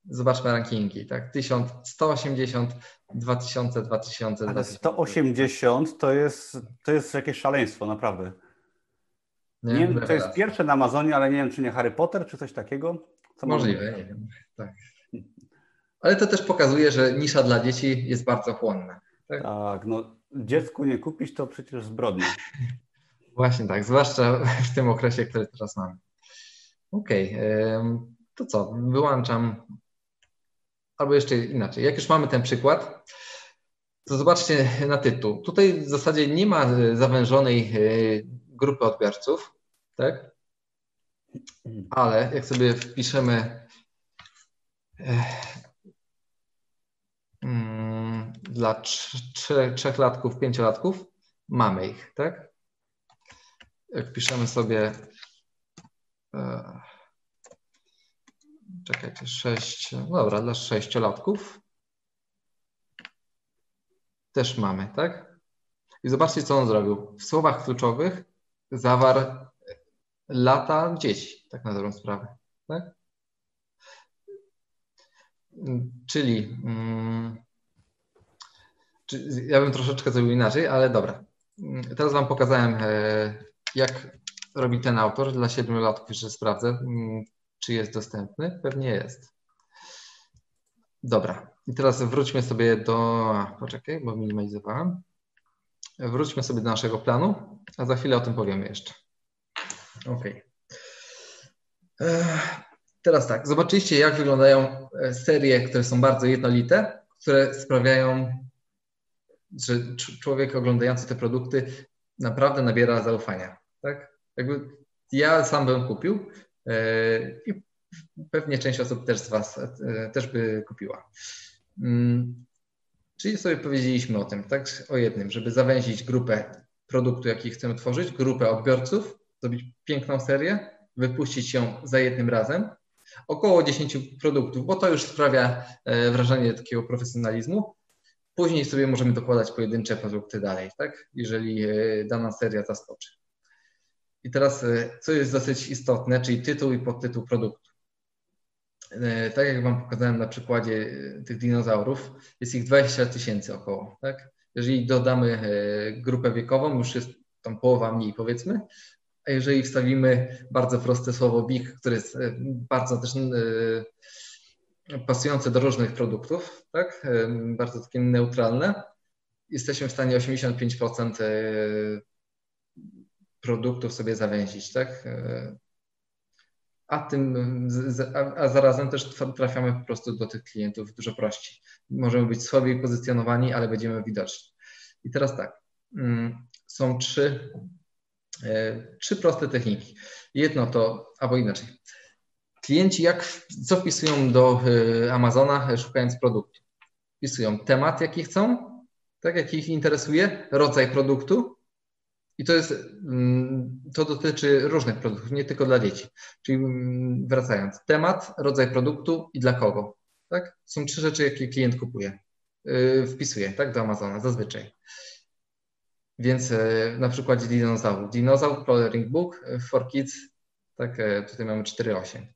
Zobaczmy rankingi, tak? tysiąc sto osiemdziesiąt, dwa tysiące, dwa tysiące, Ale dwa tysiące. sto osiemdziesiąt to jest, to jest jakieś szaleństwo, naprawdę. Nie, nie wiem, to jest pierwsze na Amazonie, ale nie wiem, czy nie Harry Potter, czy coś takiego. Co Możliwe, nie wiem. Tak. Ale to też pokazuje, że nisza dla dzieci jest bardzo chłonna. Tak, tak, no dziecku nie kupić to przecież zbrodnia. Właśnie tak, zwłaszcza w tym okresie, który teraz mamy. Okej, okay, to co, wyłączam, albo jeszcze inaczej, jak już mamy ten przykład, to zobaczcie na tytuł. Tutaj w zasadzie nie ma zawężonej grupy odbiorców, tak? Ale jak sobie wpiszemy dla trzech, trzechlatków, pięciolatków, mamy ich, tak? Jak piszemy sobie czekajcie, sześć, no dobra, dla sześciolatków też mamy, tak? I zobaczcie, co on zrobił. W słowach kluczowych zawarł lata dzieci, tak na dobrą sprawę, tak? Czyli, um, czyli ja bym troszeczkę zrobił inaczej, ale dobra. Teraz wam pokazałem, jak robi ten autor. Dla siedmiolatków jeszcze sprawdzę, czy jest dostępny. Pewnie jest. Dobra. I teraz wróćmy sobie do... Poczekaj, bo minimalizowałem. Wróćmy sobie do naszego planu, a za chwilę o tym powiemy jeszcze. OK. Teraz tak. Zobaczyliście, jak wyglądają serie, które są bardzo jednolite, które sprawiają, że człowiek oglądający te produkty naprawdę nabiera zaufania. Tak? Jakby ja sam bym kupił i pewnie część osób też z Was też by kupiła. Czyli sobie powiedzieliśmy o tym, tak? O jednym, żeby zawęzić grupę produktu, jaki chcemy tworzyć, grupę odbiorców, zrobić piękną serię, wypuścić ją za jednym razem, około dziesięć produktów, bo to już sprawia wrażenie takiego profesjonalizmu. Później sobie możemy dokładać pojedyncze produkty dalej, tak? Jeżeli dana seria zaskoczy. I teraz, co jest dosyć istotne, czyli tytuł i podtytuł produktu. Tak jak Wam pokazałem na przykładzie tych dinozaurów, jest ich dwadzieścia tysięcy około, tak? Jeżeli dodamy grupę wiekową, już jest tam połowa mniej, powiedzmy, a jeżeli wstawimy bardzo proste słowo big, które jest bardzo też pasujące do różnych produktów, tak? Bardzo takie neutralne, jesteśmy w stanie osiemdziesiąt pięć procent produktów sobie zawęzić, tak? A, tym, a zarazem też trafiamy po prostu do tych klientów dużo prościej. Możemy być słabiej pozycjonowani, ale będziemy widoczni. I teraz tak, są trzy, trzy proste techniki. Jedno to, albo inaczej. Klienci jak, co wpisują do Amazona, szukając produktu? Wpisują temat, jaki chcą, tak, jaki ich interesuje, rodzaj produktu. I to jest, to dotyczy różnych produktów, nie tylko dla dzieci. Czyli wracając, temat, rodzaj produktu i dla kogo. Tak? Są trzy rzeczy, jakie klient kupuje, wpisuje, tak, do Amazona zazwyczaj. Więc na przykładzie dinozaur. Dinozaur Coloring Book for Kids, tak, tutaj mamy cztery osiem.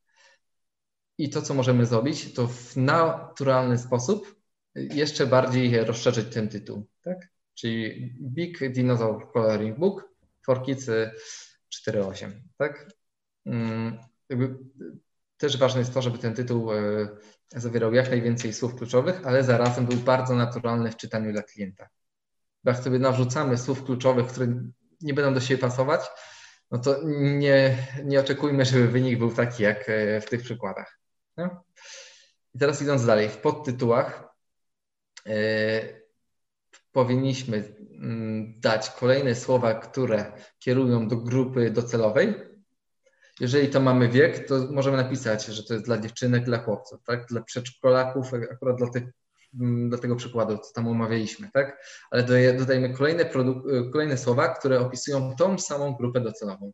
I to, co możemy zrobić, to w naturalny sposób jeszcze bardziej rozszerzyć ten tytuł, tak? Czyli Big Dinosaur Coloring Book for Kids cztery osiem, tak? Jakby też ważne jest to, żeby ten tytuł zawierał jak najwięcej słów kluczowych, ale zarazem był bardzo naturalny w czytaniu dla klienta. Bo jak sobie nawrzucamy słów kluczowych, które nie będą do siebie pasować, no to nie, nie oczekujmy, żeby wynik był taki jak w tych przykładach. No? I teraz idąc dalej, w podtytułach yy, powinniśmy dać kolejne słowa, które kierują do grupy docelowej. Jeżeli to mamy wiek, to możemy napisać, że to jest dla dziewczynek, dla chłopców, tak? Dla przedszkolaków, akurat dla, tych, dla tego przykładu, co tam omawialiśmy, tak? Ale dodajemy kolejne, produk- kolejne słowa, które opisują tą samą grupę docelową.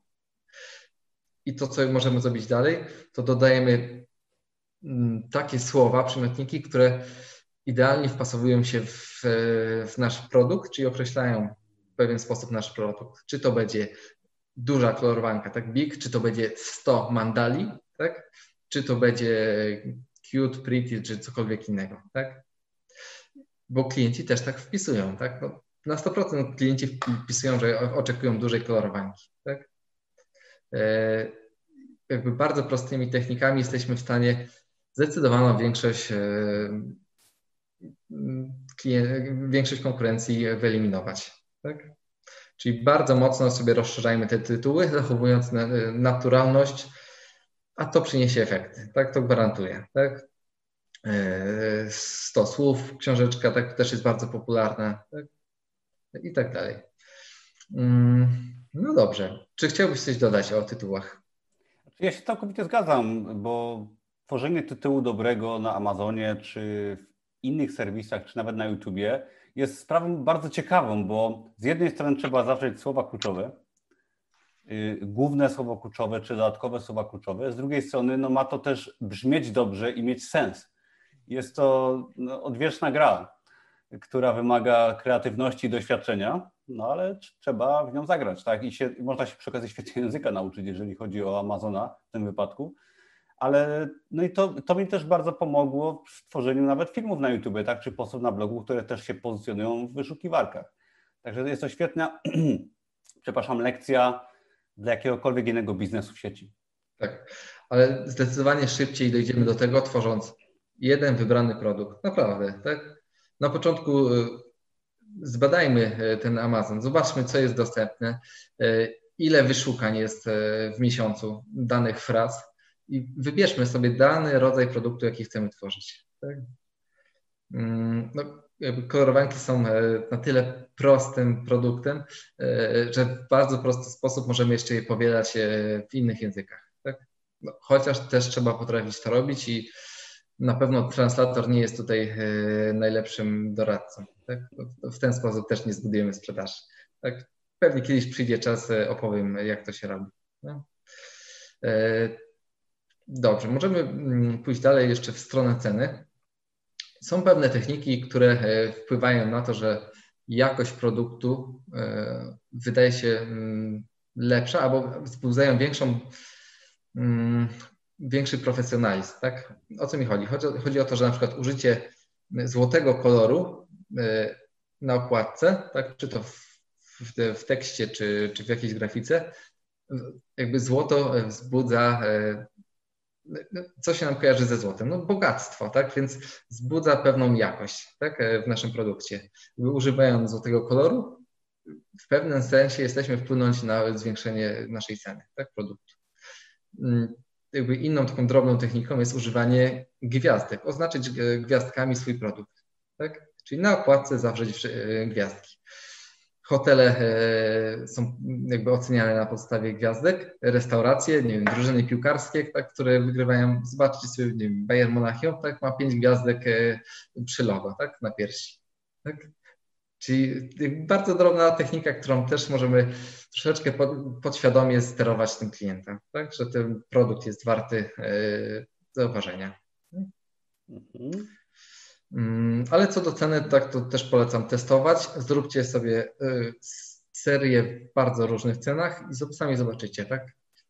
I to, co możemy zrobić dalej, to dodajemy takie słowa, przymiotniki, które idealnie wpasowują się w, w nasz produkt, czyli określają w pewien sposób nasz produkt. Czy to będzie duża kolorowanka, tak, big, czy to będzie sto mandali, tak, czy to będzie cute, pretty czy cokolwiek innego, tak? Bo klienci też tak wpisują, tak? No, na sto procent klienci wpisują, że oczekują dużej kolorowanki, tak? E, jakby bardzo prostymi technikami jesteśmy w stanie zdecydowaną większość e, klien- większość konkurencji wyeliminować, tak? Czyli bardzo mocno sobie rozszerzajmy te tytuły, zachowując na, naturalność, a to przyniesie efekty, tak? To gwarantuję, tak? sto słów, książeczka tak też jest bardzo popularna, tak? I tak dalej. No dobrze. Czy chciałbyś coś dodać o tytułach? Ja się całkowicie zgadzam, bo tworzenie tytułu dobrego na Amazonie, czy w innych serwisach, czy nawet na YouTubie jest sprawą bardzo ciekawą, bo z jednej strony trzeba zawrzeć słowa kluczowe, yy, główne słowo kluczowe, czy dodatkowe słowa kluczowe, z drugiej strony no, ma to też brzmieć dobrze i mieć sens. Jest to no, odwieczna gra, która wymaga kreatywności i doświadczenia, no ale trzeba w nią zagrać, tak? I się, można się przy okazji świetnie języka nauczyć, jeżeli chodzi o Amazona w tym wypadku. Ale no i to, to mi też bardzo pomogło w tworzeniu nawet filmów na YouTube, tak? Czy postów na blogu, które też się pozycjonują w wyszukiwarkach. Także jest to świetna, przepraszam, lekcja dla jakiegokolwiek innego biznesu w sieci. Tak, ale zdecydowanie szybciej dojdziemy do tego, tworząc jeden wybrany produkt. Naprawdę, tak? Na początku zbadajmy ten Amazon, zobaczmy, co jest dostępne, ile wyszukań jest w miesiącu danych fraz i wybierzmy sobie dany rodzaj produktu, jaki chcemy tworzyć. Tak? No, jakby kolorowanki są na tyle prostym produktem, że w bardzo prosty sposób możemy jeszcze je powielać w innych językach. Tak? No, chociaż też trzeba potrafić to robić i na pewno translator nie jest tutaj najlepszym doradcą. Tak? W ten sposób też nie zbudujemy sprzedaży. Tak? Pewnie kiedyś przyjdzie czas, opowiem, jak to się robi. No. Dobrze, możemy pójść dalej jeszcze w stronę ceny. Są pewne techniki, które wpływają na to, że jakość produktu wydaje się lepsza albo wzbudzają większą, większy profesjonalizm. Tak? O co mi chodzi? chodzi? Chodzi o to, że na przykład użycie złotego koloru na okładce, tak? Czy to w, w, w tekście, czy, czy w jakiejś grafice, jakby złoto wzbudza, co się nam kojarzy ze złotem? No bogactwo, tak? Więc wzbudza pewną jakość, tak? W naszym produkcie. Używając złotego koloru, w pewnym sensie jesteśmy wpłynąć na zwiększenie naszej ceny, tak? Produktu. Jakby inną taką drobną techniką jest używanie gwiazdek, oznaczyć gwiazdkami swój produkt, tak? Czyli na okładce zawrzeć gwiazdki. Hotele są jakby oceniane na podstawie gwiazdek, restauracje, nie wiem, drużyny piłkarskie, tak, które wygrywają, zobaczcie sobie, nie wiem, Bayern Monachium, tak, ma pięć gwiazdek przy logo, tak, na piersi. Tak? Czyli bardzo drobna technika, którą też możemy troszeczkę pod, podświadomie sterować tym klientem, tak, że ten produkt jest warty zauważenia. Mhm. Ale co do ceny, tak to też polecam testować. Zróbcie sobie serię w bardzo różnych cenach i sami zobaczycie, tak?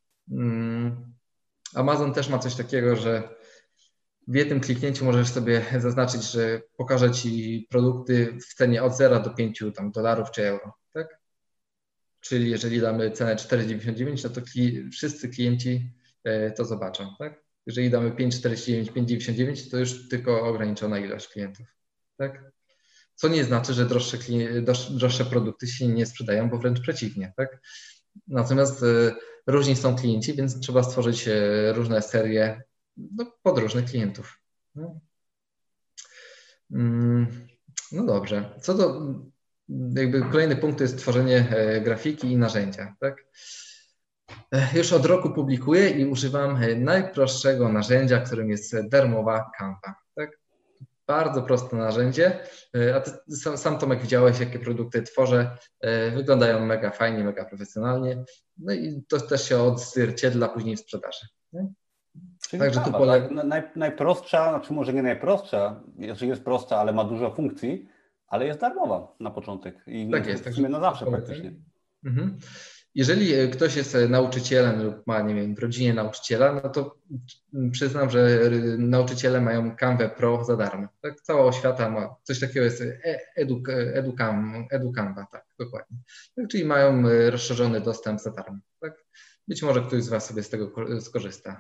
Amazon też ma coś takiego, że w jednym kliknięciu możesz sobie zaznaczyć, że pokaże Ci produkty w cenie od zera do pięciu tam, dolarów czy euro, tak? Czyli jeżeli damy cenę cztery dziewięćdziesiąt dziewięć, no to kli- wszyscy klienci to zobaczą, tak? Jeżeli damy pięć czterdzieści dziewięć, pięć dziewięćdziesiąt dziewięć, to już tylko ograniczona ilość klientów. Tak? Co nie znaczy, że droższe, droższe produkty się nie sprzedają, bo wręcz przeciwnie. Tak? Natomiast y, różni są klienci, więc trzeba stworzyć y, różne serie no, pod różnych klientów. No. Mm, no dobrze. Co do jakby kolejny punkt to jest tworzenie y, grafiki i narzędzia. Tak? Już od roku publikuję i używam najprostszego narzędzia, którym jest darmowa Canva. Tak? Bardzo proste narzędzie, a ty sam, sam Tomek widziałeś, jakie produkty tworzę. Wyglądają mega fajnie, mega profesjonalnie. No i to też się odzwierciedla później w sprzedaży. Nie? Czyli Także Canva, tu pole... tak? Naj, najprostsza, znaczy może nie najprostsza, jeżeli jest prosta, ale ma dużo funkcji, ale jest darmowa na początek i tak jest, w sumie na zawsze praktycznie. Mhm. Jeżeli ktoś jest nauczycielem lub ma, nie wiem, w rodzinie nauczyciela, no to przyznam, że nauczyciele mają Canva Pro za darmo. Tak? Cała oświata ma coś takiego, jest edu, educam, educanva, tak, dokładnie. Tak, czyli mają rozszerzony dostęp za darmo. Tak? Być może ktoś z Was sobie z tego skorzysta.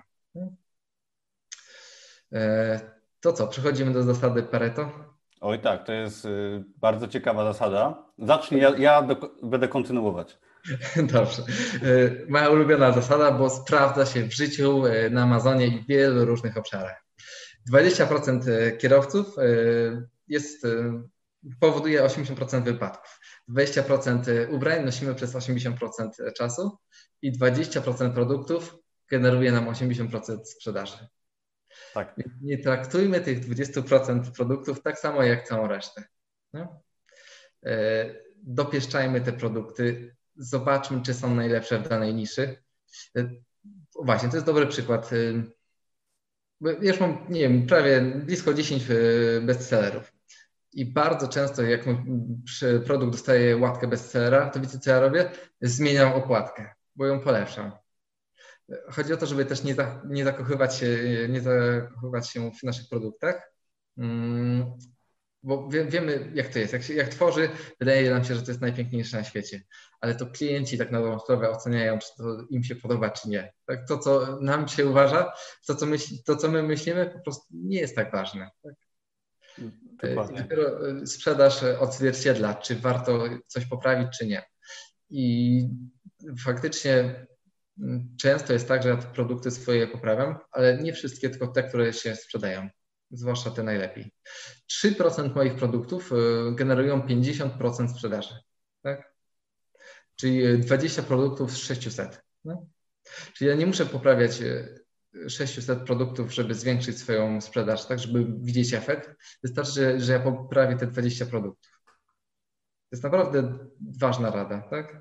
To co, przechodzimy do zasady Pareto? Oj tak, to jest bardzo ciekawa zasada. Zacznij, ja, ja do, będę kontynuować. Dobrze. Moja ulubiona zasada, bo sprawdza się w życiu, na Amazonie i w wielu różnych obszarach. dwadzieścia procent kierowców jest, powoduje osiemdziesiąt procent wypadków. dwadzieścia procent ubrań nosimy przez osiemdziesiąt procent czasu i dwadzieścia procent produktów generuje nam osiemdziesiąt procent sprzedaży. Tak. Nie traktujmy tych dwadzieścia procent produktów tak samo jak całą resztę. No? Dopieszczajmy te produkty, zobaczmy, czy są najlepsze w danej niszy. Właśnie, to jest dobry przykład. Już mam, nie wiem, prawie blisko dziesięć bestsellerów. I bardzo często, jak mój produkt dostaje łatkę bestsellera, to wiecie, co ja robię? Zmieniam okładkę, bo ją polepszam. Chodzi o to, żeby też nie, za, nie, zakochywać się, nie zakochywać się w naszych produktach, bo wie, wiemy, jak to jest. Jak, się, jak tworzy, wydaje nam się, że to jest najpiękniejsze na świecie, ale to klienci tak na dobrą sprawę oceniają, czy to im się podoba, czy nie. Tak? To, co nam się uważa, to co, myśl, to, co my myślimy, po prostu nie jest tak ważne. Tak? I dopiero sprzedaż odzwierciedla, czy warto coś poprawić, czy nie. I faktycznie często jest tak, że ja te produkty swoje poprawiam, ale nie wszystkie, tylko te, które się sprzedają, zwłaszcza te najlepiej. trzy procent moich produktów generują pięćdziesiąt procent sprzedaży, tak? Czyli dwadzieścia produktów z sześciuset. No? Czyli ja nie muszę poprawiać sześciuset produktów, żeby zwiększyć swoją sprzedaż, tak, żeby widzieć efekt. Wystarczy, że, że ja poprawię te dwadzieścia produktów. To jest naprawdę ważna rada, tak?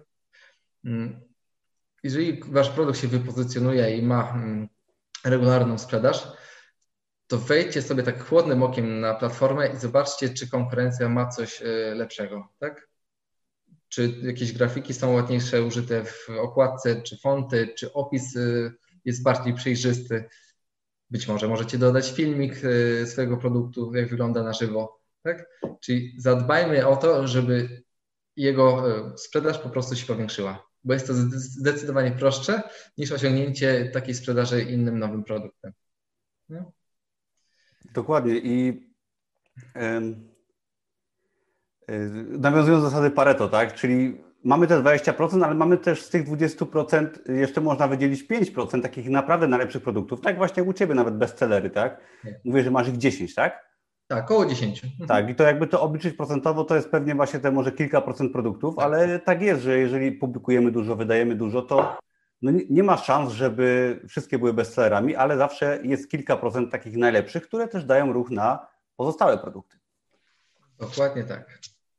Jeżeli wasz produkt się wypozycjonuje i ma regularną sprzedaż, to wejdźcie sobie tak chłodnym okiem na platformę i zobaczcie, czy konkurencja ma coś lepszego, tak? Czy jakieś grafiki są ładniejsze użyte w okładce, czy fonty, czy opis jest bardziej przejrzysty. Być może możecie dodać filmik swojego produktu, jak wygląda na żywo, tak? Czyli zadbajmy o to, żeby jego sprzedaż po prostu się powiększyła, bo jest to zdecydowanie prostsze niż osiągnięcie takiej sprzedaży innym nowym produktem. No? Dokładnie i yy, yy, nawiązując do zasady Pareto, tak, czyli mamy te dwadzieścia procent, ale mamy też z tych dwudziestu procent jeszcze można wydzielić pięć procent takich naprawdę najlepszych produktów, tak właśnie jak u Ciebie nawet bestsellery, tak? Mówię, że masz ich dziesięć, tak? Tak, około dziesięć. Tak, i to jakby to obliczyć procentowo, to jest pewnie właśnie te może kilka procent produktów, tak. Ale tak jest, że jeżeli publikujemy dużo, wydajemy dużo, to no nie, nie ma szans, żeby wszystkie były bestsellerami, ale zawsze jest kilka procent takich najlepszych, które też dają ruch na pozostałe produkty. Dokładnie tak.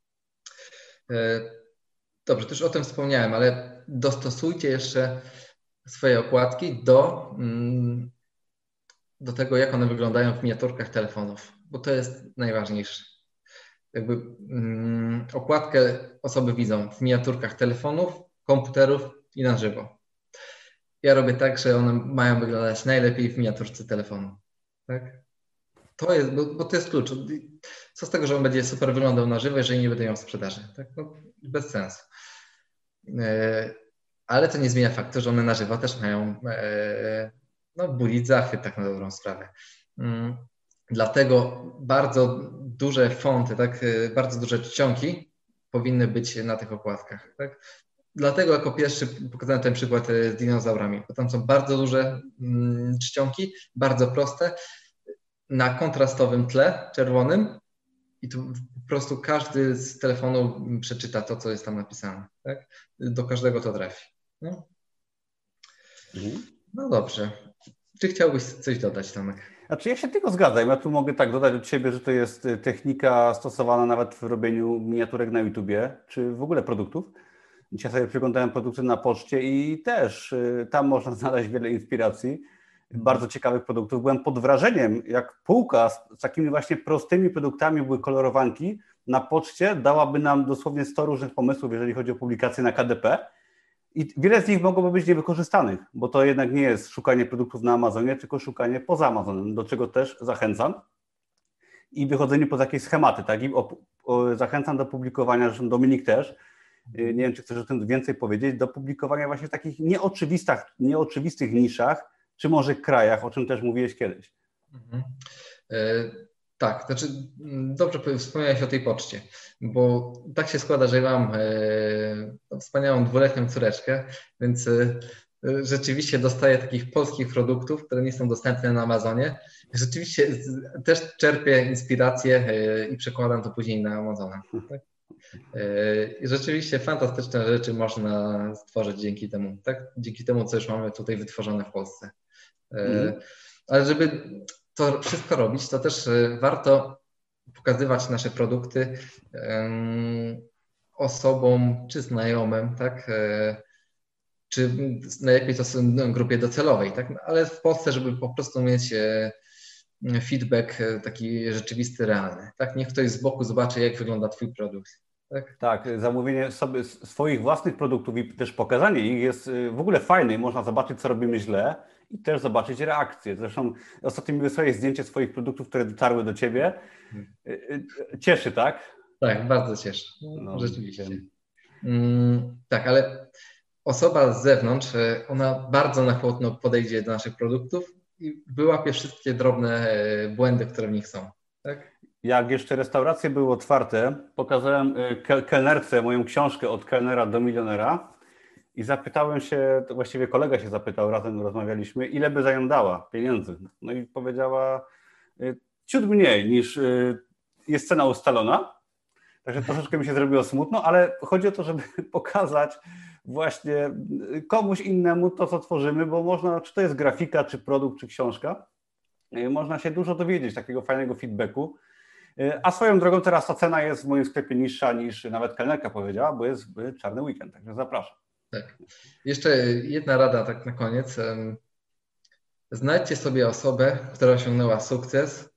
Dobrze, też o tym wspomniałem, ale dostosujcie jeszcze swoje okładki do, do tego, jak one wyglądają w miniaturkach telefonów, bo to jest najważniejsze. Jakby um, okładkę osoby widzą w miniaturkach telefonów, komputerów i na żywo. Ja robię tak, że one mają wyglądać najlepiej w miniaturce telefonu. Tak? To jest, bo, bo to jest klucz. Co z tego, że on będzie super wyglądał na żywo, jeżeli nie będę ją w sprzedaży? Tak? No, bez sensu. Ale to nie zmienia faktu, że one na żywo też mają no, budzić zachwyt, tak na dobrą sprawę. Dlatego bardzo duże fonty, tak, bardzo duże czcionki powinny być na tych okładkach. Tak? Dlatego jako pierwszy pokazałem ten przykład z dinozaurami, bo tam są bardzo duże czcionki, bardzo proste, na kontrastowym tle czerwonym i tu po prostu każdy z telefonu przeczyta to, co jest tam napisane. Tak? Do każdego to trafi. No, mhm. No dobrze. Czy chciałbyś coś dodać, Tomek? Znaczy ja się tylko zgadzam. Ja tu mogę tak dodać od siebie, że to jest technika stosowana nawet w robieniu miniaturek na YouTubie, czy w ogóle produktów. Dzisiaj sobie przeglądałem produkty na poczcie i też tam można znaleźć wiele inspiracji, bardzo ciekawych produktów. Byłem pod wrażeniem, jak półka z, z takimi właśnie prostymi produktami były kolorowanki na poczcie, dałaby nam dosłownie sto różnych pomysłów, jeżeli chodzi o publikacje na K D P. I wiele z nich mogłoby być niewykorzystanych, bo to jednak nie jest szukanie produktów na Amazonie, tylko szukanie poza Amazonem, do czego też zachęcam. I wychodzenie poza jakieś schematy, tak? I o, o, zachęcam do publikowania, zresztą Dominik też, nie wiem, czy chcesz o tym więcej powiedzieć, do publikowania właśnie w takich nieoczywistych, nieoczywistych niszach, czy może krajach, o czym też mówiłeś kiedyś. Mhm. E, tak, znaczy dobrze wspomniałeś o tej poczcie, bo tak się składa, że mam e, wspaniałą dwuletnią córeczkę, więc e, rzeczywiście dostaję takich polskich produktów, które nie są dostępne na Amazonie. Rzeczywiście też czerpię inspirację e, i przekładam to później na Amazona. Tak? I rzeczywiście fantastyczne rzeczy można stworzyć dzięki temu, tak? Dzięki temu, co już mamy tutaj wytworzone w Polsce. Mm. Ale żeby to wszystko robić, to też warto pokazywać nasze produkty osobom czy znajomym, tak? Czy najlepiej to w grupie docelowej, tak? Ale w Polsce, żeby po prostu mieć feedback taki rzeczywisty, realny. Tak? Niech ktoś z boku zobaczy, jak wygląda Twój produkt. Tak? Tak, zamówienie sobie swoich własnych produktów i też pokazanie ich jest w ogóle fajne i można zobaczyć, co robimy źle i też zobaczyć reakcję. Zresztą ostatnio mi wysłałeś zdjęcie swoich produktów, które dotarły do Ciebie. Cieszy, tak? Tak, bardzo cieszy. No, rzeczywiście. Hmm, tak, ale osoba z zewnątrz, ona bardzo na chłodno podejdzie do naszych produktów i wyłapie wszystkie drobne błędy, które w nich są. Tak? Jak jeszcze restauracje były otwarte, pokazałem kelnerce moją książkę Od kelnera do milionera i zapytałem się, to właściwie kolega się zapytał, razem rozmawialiśmy, ile by za nią dała pieniędzy. No i powiedziała ciut mniej niż jest cena ustalona. Także troszeczkę mi się zrobiło smutno, ale chodzi o to, żeby pokazać właśnie komuś innemu to, co tworzymy, bo można, czy to jest grafika, czy produkt, czy książka, można się dużo dowiedzieć, takiego fajnego feedbacku. A swoją drogą teraz ta cena jest w moim sklepie niższa niż nawet kelnerka powiedziała, bo jest czarny weekend, także zapraszam. Tak. Jeszcze jedna rada tak na koniec. Znajdźcie sobie osobę, która osiągnęła sukces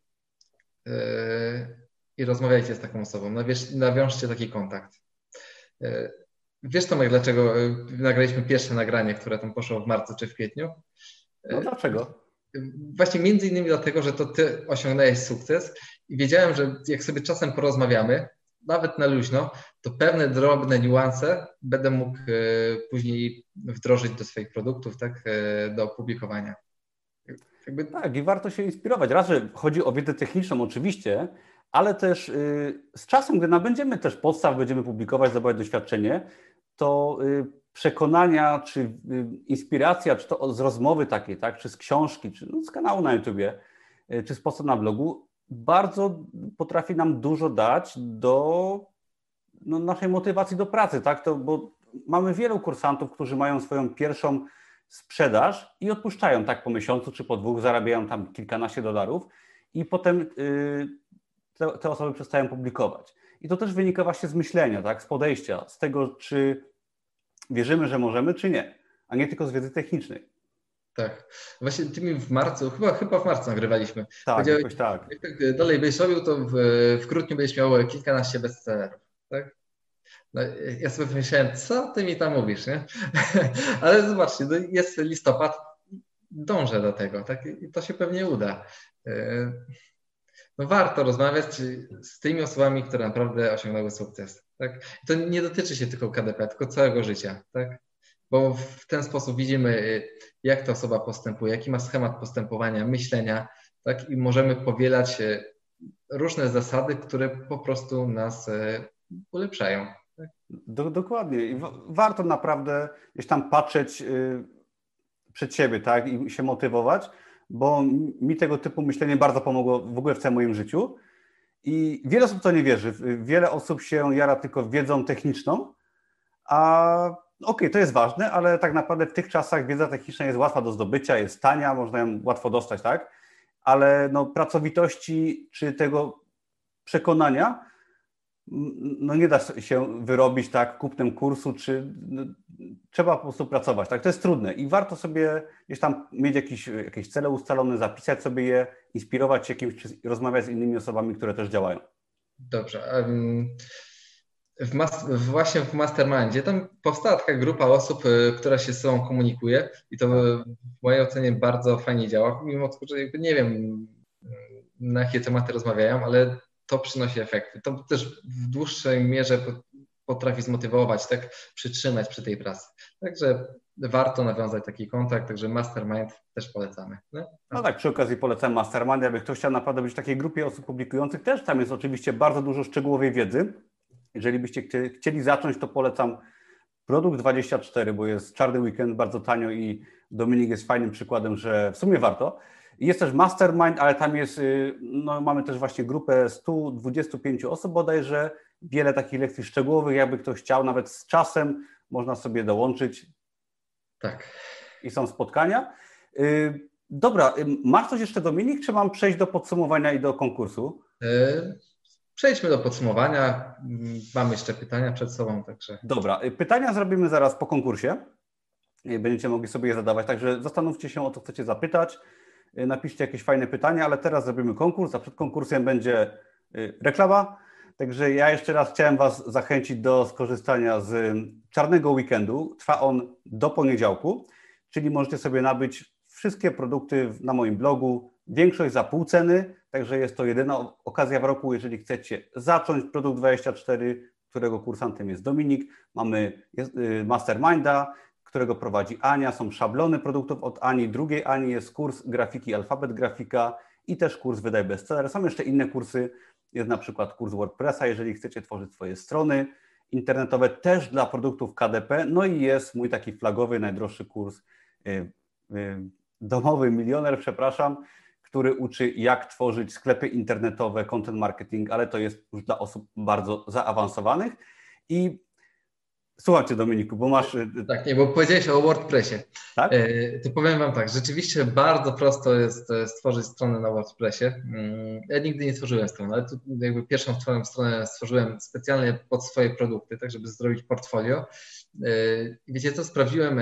i rozmawiajcie z taką osobą. Nawiążcie taki kontakt. Wiesz, Tomek, dlaczego nagraliśmy pierwsze nagranie, które tam poszło w marcu czy w kwietniu? No dlaczego? Właśnie między innymi dlatego, że to ty osiągnąłeś sukces i wiedziałem, że jak sobie czasem porozmawiamy, nawet na luźno, to pewne drobne niuanse będę mógł później wdrożyć do swoich produktów, tak, do opublikowania. Jakby... Tak, i warto się inspirować. Raz, że chodzi o wiedzę techniczną oczywiście, ale też yy, z czasem, gdy nabędziemy też podstaw, będziemy publikować, zdobywać doświadczenie, to yy, przekonania, czy yy, inspiracja, czy to z rozmowy takiej, tak, czy z książki, czy no, z kanału na YouTubie, yy, czy z postu na blogu, bardzo potrafi nam dużo dać do no, naszej motywacji do pracy, tak, to, bo mamy wielu kursantów, którzy mają swoją pierwszą sprzedaż i odpuszczają tak po miesiącu czy po dwóch, zarabiają tam kilkanaście dolarów i potem yy, te, te osoby przestają publikować. I to też wynika właśnie z myślenia, tak, z podejścia, z tego, czy wierzymy, że możemy, czy nie, a nie tylko z wiedzy technicznej. Tak. Właśnie ty mi w marcu, chyba, chyba w marcu nagrywaliśmy. Tak, jakoś tak. Jak dalej byś robił, to w, w grudniu będziesz miał kilkanaście bestsellerów, tak? No, ja sobie myślałem, co ty mi tam mówisz, nie? Ale zobaczcie, no jest listopad, dążę do tego, tak? I to się pewnie uda. No warto rozmawiać z tymi osobami, które naprawdę osiągnęły sukces, tak? I to nie dotyczy się tylko K D P, tylko całego życia, tak? Bo w ten sposób widzimy, jak ta osoba postępuje, jaki ma schemat postępowania, myślenia, tak? I możemy powielać różne zasady, które po prostu nas ulepszają. Tak? Do, dokładnie. I w, warto naprawdę gdzieś tam patrzeć yy, przed siebie, tak? I się motywować, bo mi tego typu myślenie bardzo pomogło w ogóle w całym moim życiu. I wiele osób to nie wierzy. Wiele osób się jara tylko wiedzą techniczną, a okej, okay, to jest ważne, ale tak naprawdę w tych czasach wiedza techniczna jest łatwa do zdobycia, jest tania, można ją łatwo dostać, tak? Ale no, pracowitości czy tego przekonania no nie da się wyrobić tak kupnem kursu, czy no, trzeba po prostu pracować, tak? To jest trudne i warto sobie gdzieś tam mieć jakieś, jakieś cele ustalone, zapisać sobie je, inspirować się kimś, czy rozmawiać z innymi osobami, które też działają. Dobrze. Um, W mas- właśnie w Mastermindzie tam powstała taka grupa osób, y, która się z sobą komunikuje i to Tak. y, w mojej ocenie bardzo fajnie działa, mimo że jakby nie wiem y, na jakie tematy rozmawiają, ale to przynosi efekty. To też w dłuższej mierze po- potrafi zmotywować, tak, przytrzymać przy tej pracy. Także warto nawiązać taki kontakt, także Mastermind też polecamy. Nie? No tak, przy okazji polecam Mastermind. Jakby ktoś chciał naprawdę być w takiej grupie osób publikujących, też tam jest oczywiście bardzo dużo szczegółowej wiedzy. Jeżeli byście chcie- chcieli zacząć, to polecam Produkt dwadzieścia cztery, bo jest czarny weekend, bardzo tanio i Dominik jest fajnym przykładem, że w sumie warto. I jest też Mastermind, ale tam jest, y, no mamy też właśnie grupę stu dwudziestu pięciu osób bodajże, wiele takich lekcji szczegółowych, jakby ktoś chciał, nawet z czasem można sobie dołączyć Tak. i są spotkania. Y, Dobra, y, masz coś jeszcze, Dominik, czy mam przejść do podsumowania i do konkursu? Y, Przejdźmy do podsumowania. Mm, Mamy jeszcze pytania przed sobą, także. Dobra, y, pytania zrobimy zaraz po konkursie. Y, Będziecie mogli sobie je zadawać, także zastanówcie się, o co chcecie zapytać. Y, Napiszcie jakieś fajne pytania, ale teraz zrobimy konkurs, a przed konkursem będzie y, reklama. Także ja jeszcze raz chciałem Was zachęcić do skorzystania z czarnego weekendu. Trwa on do poniedziałku, czyli możecie sobie nabyć wszystkie produkty na moim blogu, większość za pół ceny, także jest to jedyna okazja w roku, jeżeli chcecie zacząć Produkt dwadzieścia cztery, którego kursantem jest Dominik. Mamy y, Masterminda, którego prowadzi Ania, są szablony produktów od Ani, drugiej Ani jest kurs grafiki, alfabet grafika i też kurs Wydaj Bestseller. Są jeszcze inne kursy, jest na przykład kurs WordPressa, jeżeli chcecie tworzyć swoje strony internetowe, też dla produktów K D P, no i jest mój taki flagowy, najdroższy kurs, yy, yy, domowy milioner, przepraszam, który uczy, jak tworzyć sklepy internetowe, content marketing, ale to jest już dla osób bardzo zaawansowanych. I słucham Cię, Dominiku, bo masz... Tak, nie, bo powiedziałeś o WordPressie. Tak? E, To powiem Wam tak, rzeczywiście bardzo prosto jest e, stworzyć stronę na WordPressie. Mm, Ja nigdy nie stworzyłem strony, ale tu jakby pierwszą swoją stronę stworzyłem specjalnie pod swoje produkty, tak żeby zrobić portfolio. E, I wiecie co, sprawdziłem, e,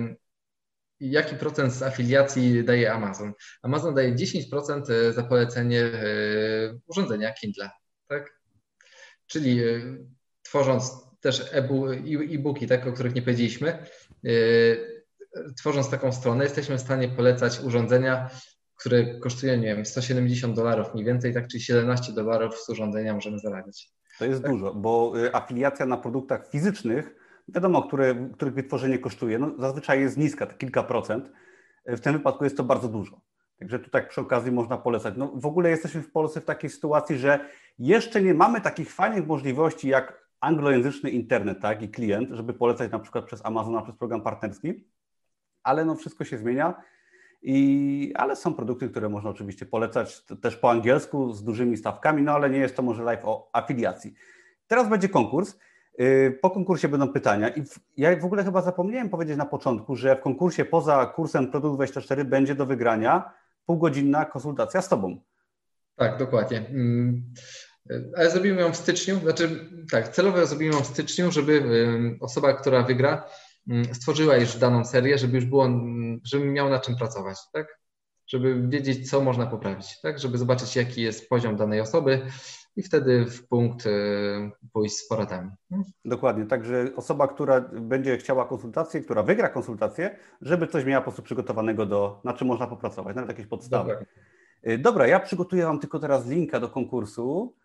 jaki procent z afiliacji daje Amazon. Amazon daje dziesięć procent za polecenie e, urządzenia Kindle, tak? Czyli e, tworząc też e-bu- e- e-booki, tak, o których nie powiedzieliśmy, e, tworząc taką stronę, jesteśmy w stanie polecać urządzenia, które kosztują, nie wiem, sto siedemdziesiąt dolarów mniej więcej, tak, czyli siedemnaście dolarów z urządzenia możemy zarabiać. To jest Tak? dużo, bo y, afiliacja na produktach fizycznych, wiadomo, które, których wytworzenie kosztuje, no zazwyczaj jest niska, to kilka procent. W tym wypadku jest to bardzo dużo. Także tu tak przy okazji można polecać. No, w ogóle jesteśmy w Polsce w takiej sytuacji, że jeszcze nie mamy takich fajnych możliwości jak anglojęzyczny internet, tak, i klient, żeby polecać na przykład przez Amazona, przez program partnerski, ale no wszystko się zmienia. I, ale są produkty, które można oczywiście polecać też po angielsku z dużymi stawkami, no ale nie jest to może live o afiliacji. Teraz będzie konkurs. Po konkursie będą pytania i w, ja w ogóle chyba zapomniałem powiedzieć na początku, że w konkursie poza kursem Produkt dwadzieścia cztery będzie do wygrania półgodzinna konsultacja z Tobą. Tak, dokładnie. Mm, Ale zrobimy ją w styczniu, znaczy tak, celowo ją zrobimy ją w styczniu, żeby ym, osoba, która wygra, ym, stworzyła już daną serię, żeby już było, ym, żeby miał na czym pracować, tak? Żeby wiedzieć, co można poprawić, tak? Żeby zobaczyć, jaki jest poziom danej osoby i wtedy w punkt y, pójść z poradami. Dokładnie, także osoba, która będzie chciała konsultację, która wygra konsultację, żeby coś miała po prostu przygotowanego do, na czym można popracować, nawet jakieś podstawy. Dokładnie. Dobra, ja przygotuję Wam tylko teraz linka do konkursu.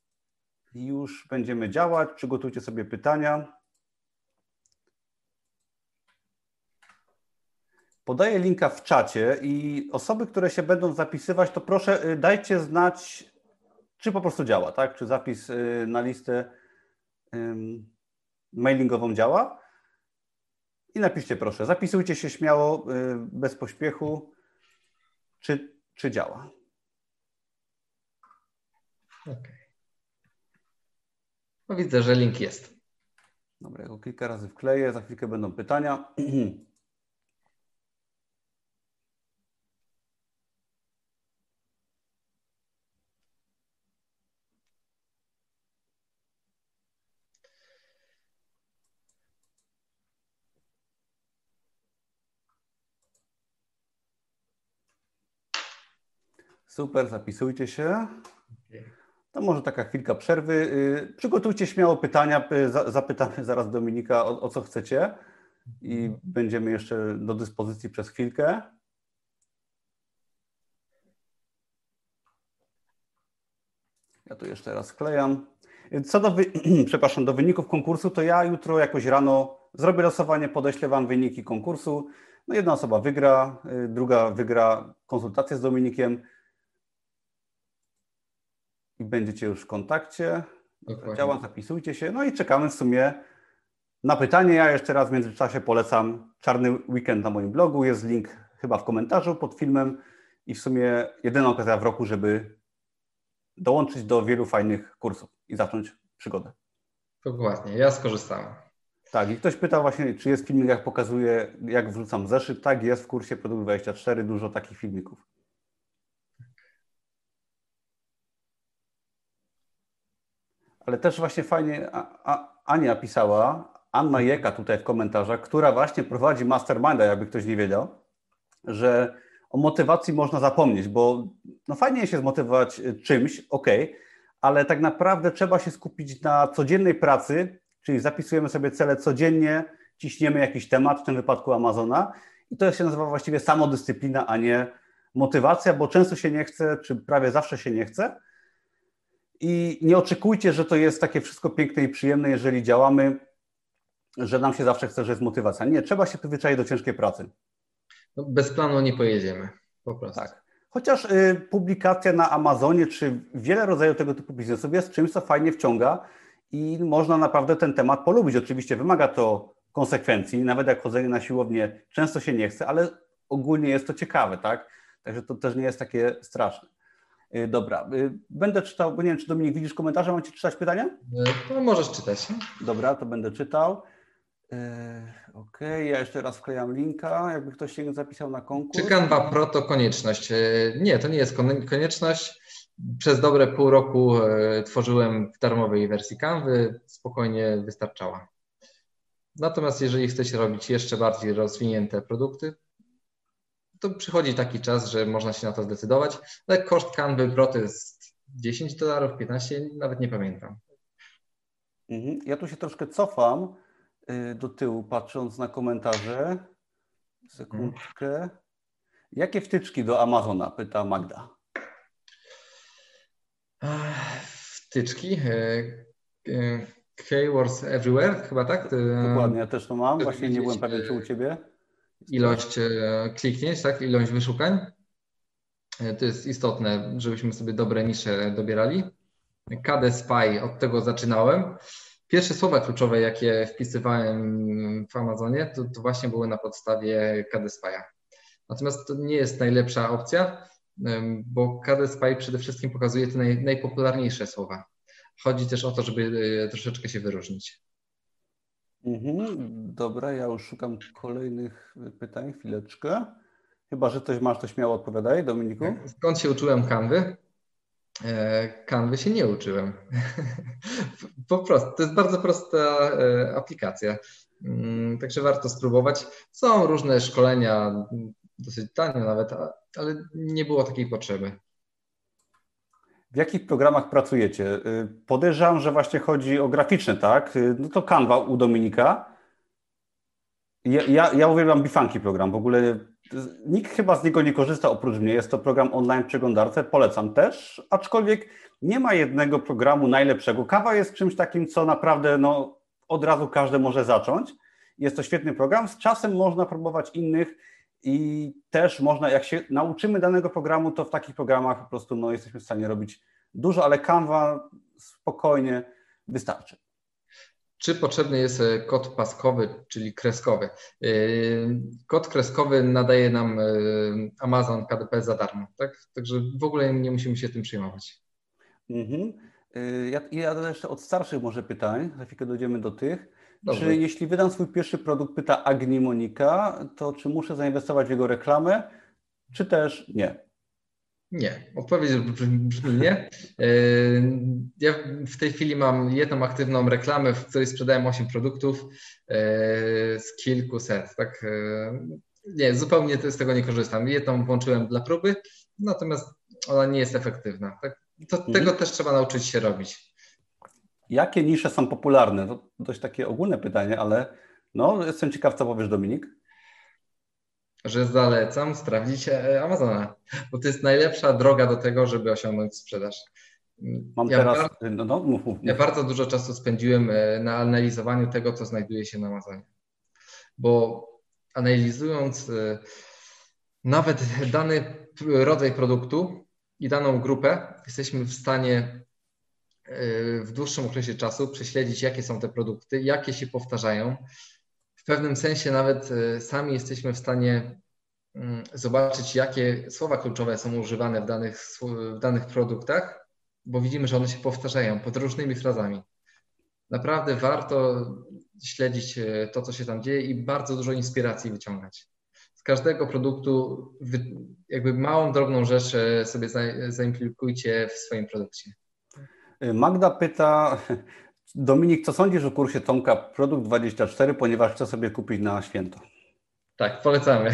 Już będziemy działać. Przygotujcie sobie pytania. Podaję linka w czacie i osoby, które się będą zapisywać, to proszę dajcie znać, czy po prostu działa, tak? Czy zapis na listę mailingową działa. I napiszcie proszę, zapisujcie się śmiało, bez pośpiechu, czy, czy działa. Okay. No widzę, że link jest. Dobra, ja go kilka razy wkleję, za chwilkę będą pytania. Super, zapisujcie się. To może taka chwilka przerwy. Przygotujcie śmiało pytania, zapytamy zaraz Dominika o, o co chcecie i będziemy jeszcze do dyspozycji przez chwilkę. Ja tu jeszcze raz wklejam. Co do, wy... Przepraszam, do wyników konkursu, to ja jutro jakoś rano zrobię losowanie, podeślę Wam wyniki konkursu. No jedna osoba wygra, druga wygra konsultację z Dominikiem i będziecie już w kontakcie. Dobra, działa, zapisujcie się. No i czekamy w sumie na pytanie. Ja jeszcze raz w międzyczasie polecam Czarny Weekend na moim blogu. Jest link chyba w komentarzu pod filmem i w sumie jedyna okazja w roku, żeby dołączyć do wielu fajnych kursów i zacząć przygodę. Dokładnie, ja skorzystałem. Tak, i ktoś pytał właśnie, czy jest filmik, jak pokazuje, jak wrzucam zeszyt. Tak, jest w kursie Produkt dwadzieścia cztery, dużo takich filmików. Ale też właśnie fajnie a, a, Ania pisała, Anna Jeka tutaj w komentarzach, która właśnie prowadzi Masterminda, jakby ktoś nie wiedział, że o motywacji można zapomnieć, bo no fajnie się zmotywować czymś, ok, ale tak naprawdę trzeba się skupić na codziennej pracy, czyli zapisujemy sobie cele codziennie, ciśniemy jakiś temat, w tym wypadku Amazona i to się nazywa właściwie samodyscyplina, a nie motywacja, bo często się nie chce, czy prawie zawsze się nie chce i nie oczekujcie, że to jest takie wszystko piękne i przyjemne, jeżeli działamy, że nam się zawsze chce, że jest motywacja. Nie, trzeba się przyzwyczaić do ciężkiej pracy. No, bez planu nie pojedziemy, po prostu. Tak. Chociaż y, publikacja na Amazonie, czy wiele rodzajów tego typu biznesów jest czymś, co fajnie wciąga i można naprawdę ten temat polubić. Oczywiście wymaga to konsekwencji, nawet jak chodzenie na siłownię często się nie chce, ale ogólnie jest to ciekawe, tak? Także to też nie jest takie straszne. Y, dobra, y, będę czytał, bo nie wiem, czy Dominik widzisz komentarze, mam Ci czytać pytania? No możesz czytać. Dobra, to będę czytał. Ok, ja jeszcze raz wklejam linka, jakby ktoś się zapisał na konkurs. Czy Canva Pro to konieczność? Nie, to nie jest konieczność. Przez dobre pół roku tworzyłem w darmowej wersji Canvy, spokojnie wystarczała. Natomiast jeżeli chcecie robić jeszcze bardziej rozwinięte produkty, to przychodzi taki czas, że można się na to zdecydować, ale koszt Canvy Pro to jest dziesięć dolarów, piętnaście, nawet nie pamiętam. Mhm. Ja tu się troszkę cofam do tyłu, patrząc na komentarze. Sekundkę. Jakie wtyczki do Amazona? Pyta Magda. Wtyczki? Keywords Everywhere, chyba tak? Dokładnie, ja też to mam. Właśnie nie byłem pewien, czy u Ciebie. Ilość kliknięć, tak? Ilość wyszukań. To jest istotne, żebyśmy sobie dobre nisze dobierali. K D Spy, od tego zaczynałem. Pierwsze słowa kluczowe, jakie wpisywałem w Amazonie, to, to właśnie były na podstawie K D Spy'a. Natomiast to nie jest najlepsza opcja, bo K D Spy przede wszystkim pokazuje te naj, najpopularniejsze słowa. Chodzi też o to, żeby troszeczkę się wyróżnić. Mhm, dobra, ja już szukam kolejnych pytań, chwileczkę. Chyba że coś masz, to śmiało odpowiadaj, Dominiku. Skąd się uczyłem Canvy? Canvy się nie uczyłem. Po prostu, to jest bardzo prosta aplikacja. Także warto spróbować. Są różne szkolenia, dosyć tanie nawet, ale nie było takiej potrzeby. W jakich programach pracujecie? Podejrzewam, że właśnie chodzi o graficzne, tak? No to Canva u Dominika. Ja, ja, ja uwielbiam Bifunky program. W ogóle nikt chyba z niego nie korzysta oprócz mnie. Jest to program online w przeglądarce. Polecam też, aczkolwiek nie ma jednego programu najlepszego. Canva jest czymś takim, co naprawdę no, od razu każdy może zacząć. Jest to świetny program. Z czasem można próbować innych i też można, jak się nauczymy danego programu, to w takich programach po prostu no, jesteśmy w stanie robić dużo, ale Canva spokojnie wystarczy. Czy potrzebny jest kod paskowy, czyli kreskowy? Kod kreskowy nadaje nam Amazon K D P za darmo, tak? Także w ogóle nie musimy się tym przejmować. Mhm. Ja, ja jeszcze od starszych może pytań, za chwilkę dojdziemy do tych. Dobrze. Czy jeśli wydam swój pierwszy produkt, pyta Agni Monika, to czy muszę zainwestować w jego reklamę, czy też nie? Nie, odpowiedź brzmi nie. Ja w tej chwili mam jedną aktywną reklamę, w której sprzedałem osiem produktów z kilkuset. Tak? Nie, zupełnie z tego nie korzystam. Jedną włączyłem dla próby, natomiast ona nie jest efektywna. Tak? To, Mhm. Tego też trzeba nauczyć się robić. Jakie nisze są popularne? To dość takie ogólne pytanie, ale no, jestem ciekaw, co powiesz, Dominik. Że zalecam sprawdzić Amazona, bo to jest najlepsza droga do tego, żeby osiągnąć sprzedaż. Mam Ja teraz... bardzo, No, no, mów, mów, ja mów. bardzo dużo czasu spędziłem na analizowaniu tego, co znajduje się na Amazonie, bo analizując nawet dany rodzaj produktu i daną grupę, jesteśmy w stanie w dłuższym okresie czasu prześledzić, jakie są te produkty, jakie się powtarzają. W pewnym sensie nawet sami jesteśmy w stanie zobaczyć, jakie słowa kluczowe są używane w danych, w danych produktach, bo widzimy, że one się powtarzają pod różnymi frazami. Naprawdę warto śledzić to, co się tam dzieje i bardzo dużo inspiracji wyciągać. Z każdego produktu jakby małą, drobną rzecz sobie zaimplikujcie w swoim produkcie. Magda pyta, Dominik, co sądzisz o kursie Tomka Produkt dwadzieścia cztery, ponieważ chcę sobie kupić na święto? Tak, polecamy.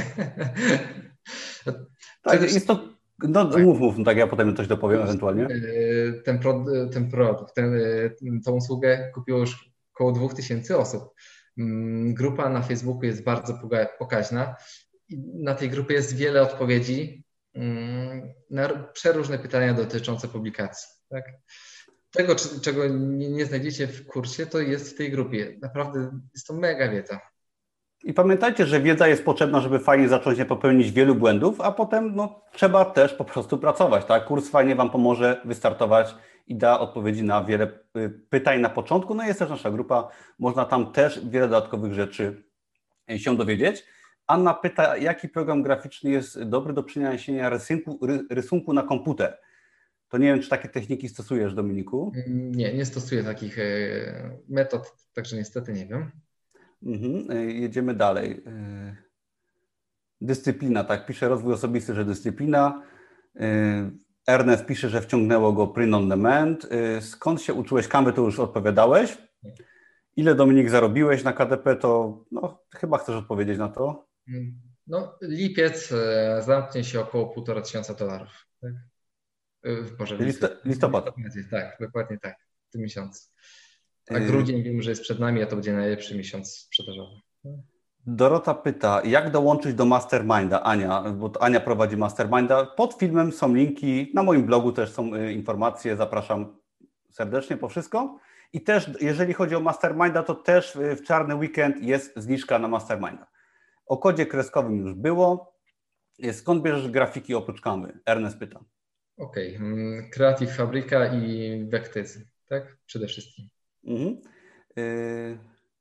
Tak, jest to, no tak. mów, mów, no tak ja potem coś dopowiem ewentualnie. Ten, pro, ten produkt, ten, tą usługę kupiło już około dwóch tysięcy osób. Grupa na Facebooku jest bardzo pokaźna. Na tej grupie jest wiele odpowiedzi na przeróżne pytania dotyczące publikacji. Tak? Tego, czego nie znajdziecie w kursie, to jest w tej grupie. Naprawdę jest to mega wiedza. I pamiętajcie, że wiedza jest potrzebna, żeby fajnie zacząć nie popełnić wielu błędów, a potem no, trzeba też po prostu pracować. Tak? Kurs fajnie Wam pomoże wystartować i da odpowiedzi na wiele pytań na początku. No i jest też nasza grupa, można tam też wiele dodatkowych rzeczy się dowiedzieć. Anna pyta, jaki program graficzny jest dobry do przeniesienia rysunku, rysunku na komputer? To nie wiem, czy takie techniki stosujesz, Dominiku? Nie, nie stosuję takich metod, także niestety nie wiem. Mhm. Jedziemy dalej. Dyscyplina, tak, pisze rozwój osobisty, że dyscyplina. Ernest pisze, że wciągnęło go print on demand. Skąd się uczyłeś Canvy, to już odpowiadałeś. Ile, Dominik, zarobiłeś na K D P, to no, chyba chcesz odpowiedzieć na to. No, lipiec zamknie się około półtora tysiąca dolarów. Tak? Boże, List- listopad. Tak, dokładnie tak, w tym miesiącu. A grudzień wiem, że jest przed nami, a to będzie najlepszy miesiąc sprzedażowy. Dorota pyta, jak dołączyć do Masterminda? Ania, bo Ania prowadzi Masterminda. Pod filmem są linki, na moim blogu też są informacje, zapraszam serdecznie po wszystko. I też, jeżeli chodzi o Masterminda, to też w czarny weekend jest zniżka na Masterminda. O kodzie kreskowym już było. Skąd bierzesz grafiki oprócz Canvy? Ernest pyta. Okej, okay. Creative Fabrica i Vectezy, tak? Przede wszystkim. Mhm. Y-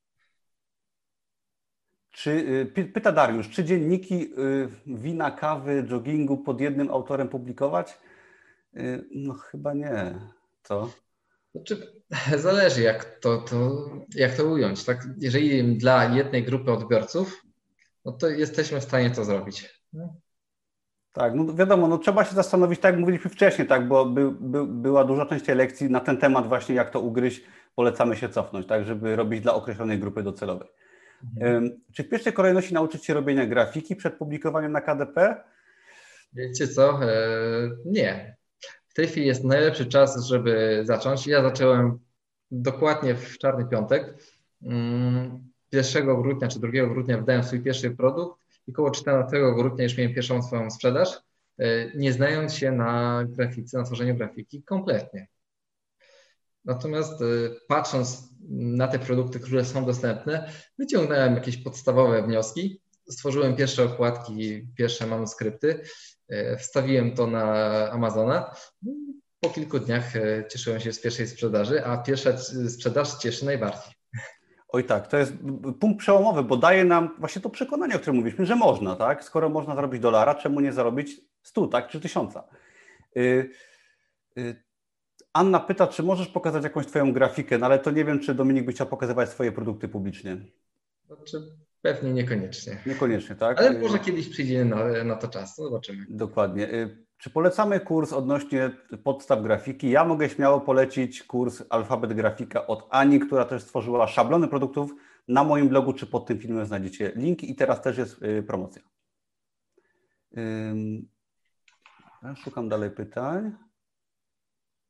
Czy, y, pyta Dariusz, czy dzienniki y, wina, kawy, joggingu pod jednym autorem publikować? Y, no chyba nie. Co? Znaczy, zależy jak to, to, jak to ująć. Tak? Jeżeli dla jednej grupy odbiorców, no to jesteśmy w stanie to zrobić. No. Tak, no wiadomo, no trzeba się zastanowić, tak jak mówiliśmy wcześniej, tak, bo by, by, była duża część tej lekcji na ten temat właśnie, jak to ugryźć, polecamy się cofnąć, tak, żeby robić dla określonej grupy docelowej. Mhm. Czy w pierwszej kolejności nauczyć się robienia grafiki przed publikowaniem na K D P? Wiecie co? Nie. W tej chwili jest najlepszy czas, żeby zacząć. Ja zacząłem dokładnie w czarny piątek. pierwszego grudnia czy drugiego grudnia wydałem swój pierwszy produkt i koło czternastego grudnia już miałem pierwszą swoją sprzedaż, nie znając się na grafice, na tworzeniu grafiki kompletnie. Natomiast patrząc na te produkty, które są dostępne, wyciągnąłem jakieś podstawowe wnioski, stworzyłem pierwsze okładki, pierwsze manuskrypty, wstawiłem to na Amazona. Po kilku dniach cieszyłem się z pierwszej sprzedaży, a pierwsza sprzedaż cieszy najbardziej. Oj tak, to jest punkt przełomowy, bo daje nam właśnie to przekonanie, o którym mówiliśmy, że można, tak? Skoro można zarobić dolara, czemu nie zarobić stu, tak? Czy tysiąca? Yy, yy. Anna pyta, czy możesz pokazać jakąś Twoją grafikę, no ale to nie wiem, czy Dominik by chciał pokazywać swoje produkty publicznie. Znaczy, pewnie niekoniecznie. Niekoniecznie, tak? Ale może kiedyś przyjdzie na, na to czas, no zobaczymy. Dokładnie. Czy polecamy kurs odnośnie podstaw grafiki? Ja mogę śmiało polecić kurs Alfabet Grafika od Ani, która też stworzyła szablony produktów. Na moim blogu czy pod tym filmem znajdziecie linki i teraz też jest promocja. Szukam dalej pytań.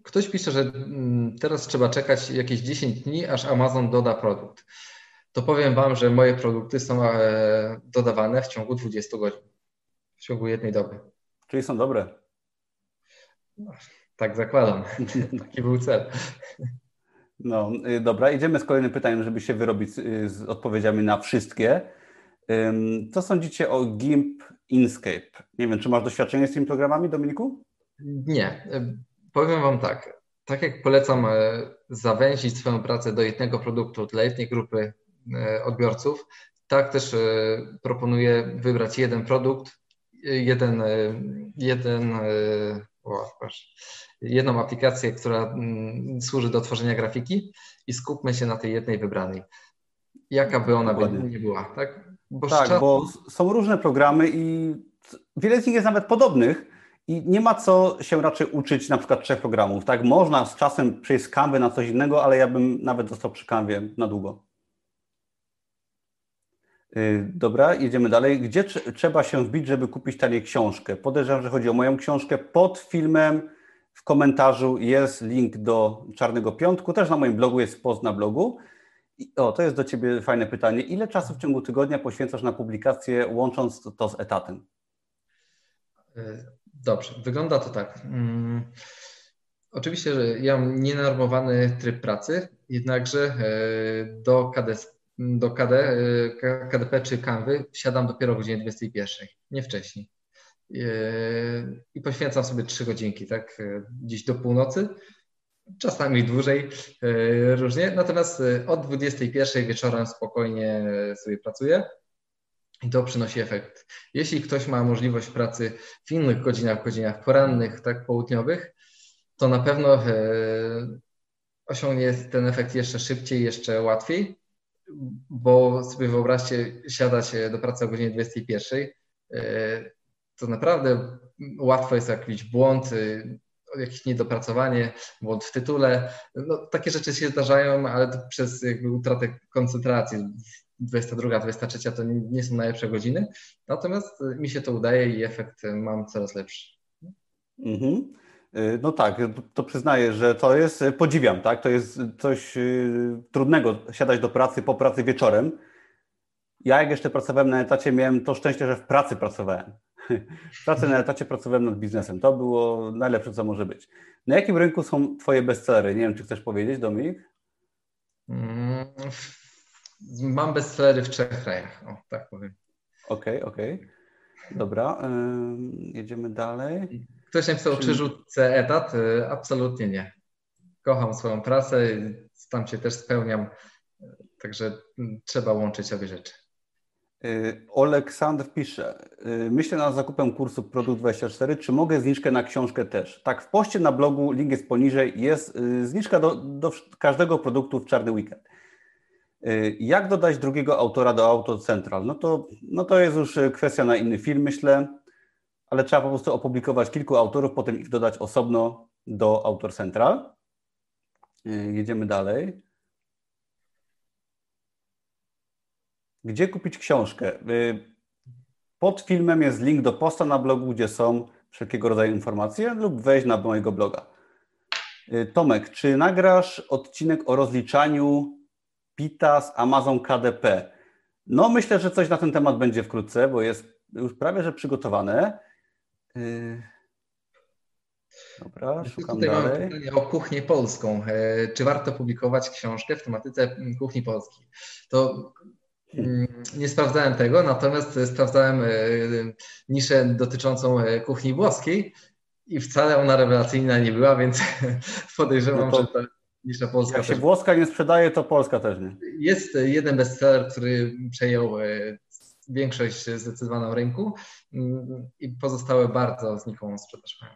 ktoś pisze, że teraz trzeba czekać jakieś dziesięć dni, aż Amazon doda produkt. To powiem Wam, że moje produkty są dodawane w ciągu dwudziestu godzin. W ciągu jednej doby. Czyli są dobre. No, tak zakładam. Taki był cel. No, dobra, idziemy z kolejnym pytaniem, żeby się wyrobić z odpowiedziami na wszystkie. Co sądzicie o GIMP Inkscape? Nie wiem, czy masz doświadczenie z tymi programami, Dominiku? Nie. Powiem Wam tak. Tak jak polecam zawęzić swoją pracę do jednego produktu dla jednej grupy odbiorców, tak też proponuję wybrać jeden produkt, jeden, jeden, o, proszę, jedną aplikację, która służy do tworzenia grafiki i skupmy się na tej jednej wybranej. Jaka by ona by nie była, tak? Bo tak, czas... bo są różne programy i wiele z nich jest nawet podobnych i nie ma co się raczej uczyć na przykład trzech programów. Tak, można z czasem przejść z Canvy na coś innego, ale ja bym nawet został przy Canvie na długo. Dobra, jedziemy dalej. Gdzie trzeba się wbić, żeby kupić tanie książkę? Podejrzewam, że chodzi o moją książkę. Pod filmem w komentarzu jest link do Czarnego Piątku. Też na moim blogu jest post na blogu. I, o, to jest do Ciebie fajne pytanie. Ile czasu w ciągu tygodnia poświęcasz na publikację, łącząc to z etatem? Dobrze, wygląda to tak. Hmm. Oczywiście, że ja mam nienormowany tryb pracy, jednakże do K D do K D, K D P czy Canvy wsiadam dopiero o godzinie dwudziestej pierwszej, nie wcześniej. I poświęcam sobie trzy godzinki, tak, gdzieś do północy, czasami dłużej, różnie. Natomiast od dwudziestej pierwszej wieczorem spokojnie sobie pracuję i to przynosi efekt. Jeśli ktoś ma możliwość pracy w innych godzinach, godzinach porannych, tak, południowych, to na pewno osiągnie ten efekt jeszcze szybciej, jeszcze łatwiej. Bo sobie wyobraźcie, siadać do pracy o godzinie dwudziestej pierwszej, to naprawdę łatwo jest jakiś błąd, jakieś niedopracowanie, błąd w tytule. No, takie rzeczy się zdarzają, ale to przez jakby utratę koncentracji. dwudziesta druga, dwudziesta trzecia to nie są najlepsze godziny, natomiast mi się to udaje i efekt mam coraz lepszy. Mhm. No tak, to przyznaję, że to jest, podziwiam, tak? To jest coś trudnego, siadać do pracy po pracy wieczorem. Ja jak jeszcze pracowałem na etacie, miałem to szczęście, że w pracy pracowałem. W pracy na etacie pracowałem nad biznesem. To było najlepsze, co może być. Na jakim rynku są Twoje bestsellery? Nie wiem, czy chcesz powiedzieć, Dominik? Mam bestsellery w trzech krajach, o, tak powiem. Okej, okay, okej. Okay. Dobra, yy, jedziemy dalej. Ktoś napisał, czy... czy rzucę etat? Absolutnie nie. Kocham swoją pracę, tam się też spełniam, także trzeba łączyć obie rzeczy. Oleksandr pisze, myślę nad zakupem kursu Produkt dwadzieścia cztery, czy mogę zniżkę na książkę też? Tak, w poście na blogu, link jest poniżej, jest zniżka do, do każdego produktu w czarny weekend. Jak dodać drugiego autora do Autor Central? No to, no to jest już kwestia na inny film, myślę, ale trzeba po prostu opublikować kilku autorów, potem ich dodać osobno do Autor Central. Jedziemy dalej. Gdzie kupić książkę? Pod filmem jest link do posta na blogu, gdzie są wszelkiego rodzaju informacje, lub wejść na mojego bloga. Tomek, czy nagrasz odcinek o rozliczaniu PIT-a z Amazon K D P? No myślę, że coś na ten temat będzie wkrótce, bo jest już prawie że przygotowane. Dobra, szukam Tutaj dalej. Mam pytanie o kuchnię polską. Czy warto publikować książkę w tematyce kuchni polskiej? To nie sprawdzałem tego, natomiast sprawdzałem niszę dotyczącą kuchni włoskiej i wcale ona rewelacyjna nie była, więc podejrzewam, no że ta nisza polska jak się też... włoska nie sprzedaje, to polska też nie. Jest jeden bestseller, który przejął większość zdecydowaną rynku i pozostałe bardzo znikomą sprzedaż mają.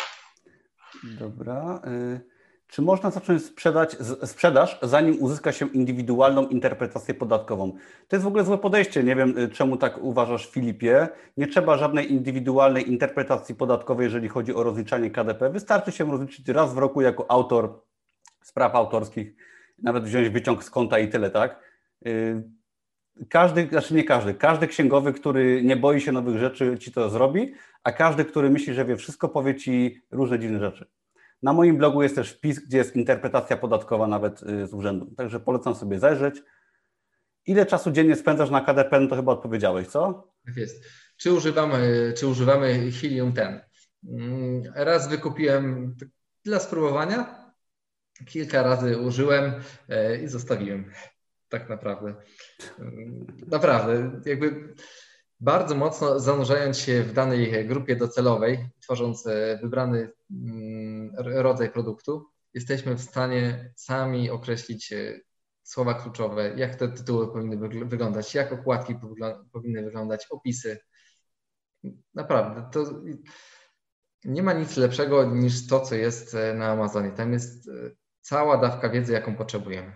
Dobra. Czy można zacząć sprzedać, sprzedaż, zanim uzyska się indywidualną interpretację podatkową? To jest w ogóle złe podejście. Nie wiem, czemu tak uważasz, Filipie. Nie trzeba żadnej indywidualnej interpretacji podatkowej, jeżeli chodzi o rozliczanie K D P. Wystarczy się rozliczyć raz w roku jako autor spraw autorskich, nawet wziąć wyciąg z konta i tyle, tak? Każdy, znaczy nie każdy, każdy księgowy, który nie boi się nowych rzeczy, ci to zrobi, a każdy, który myśli, że wie wszystko, powie ci różne dziwne rzeczy. Na moim blogu jest też wpis, gdzie jest interpretacja podatkowa nawet z urzędu. Także polecam sobie zajrzeć. Ile czasu dziennie spędzasz na K D P? No to chyba odpowiedziałeś, co? Tak jest. Czy używamy, czy używamy Helium ten? Raz wykupiłem dla spróbowania, kilka razy użyłem i zostawiłem. Tak naprawdę. Naprawdę, jakby bardzo mocno zanurzając się w danej grupie docelowej, tworząc wybrany rodzaj produktu, jesteśmy w stanie sami określić słowa kluczowe, jak te tytuły powinny wyglądać, jak okładki powinny wyglądać, opisy. Naprawdę, to nie ma nic lepszego niż to, co jest na Amazonie. Tam jest cała dawka wiedzy, jaką potrzebujemy.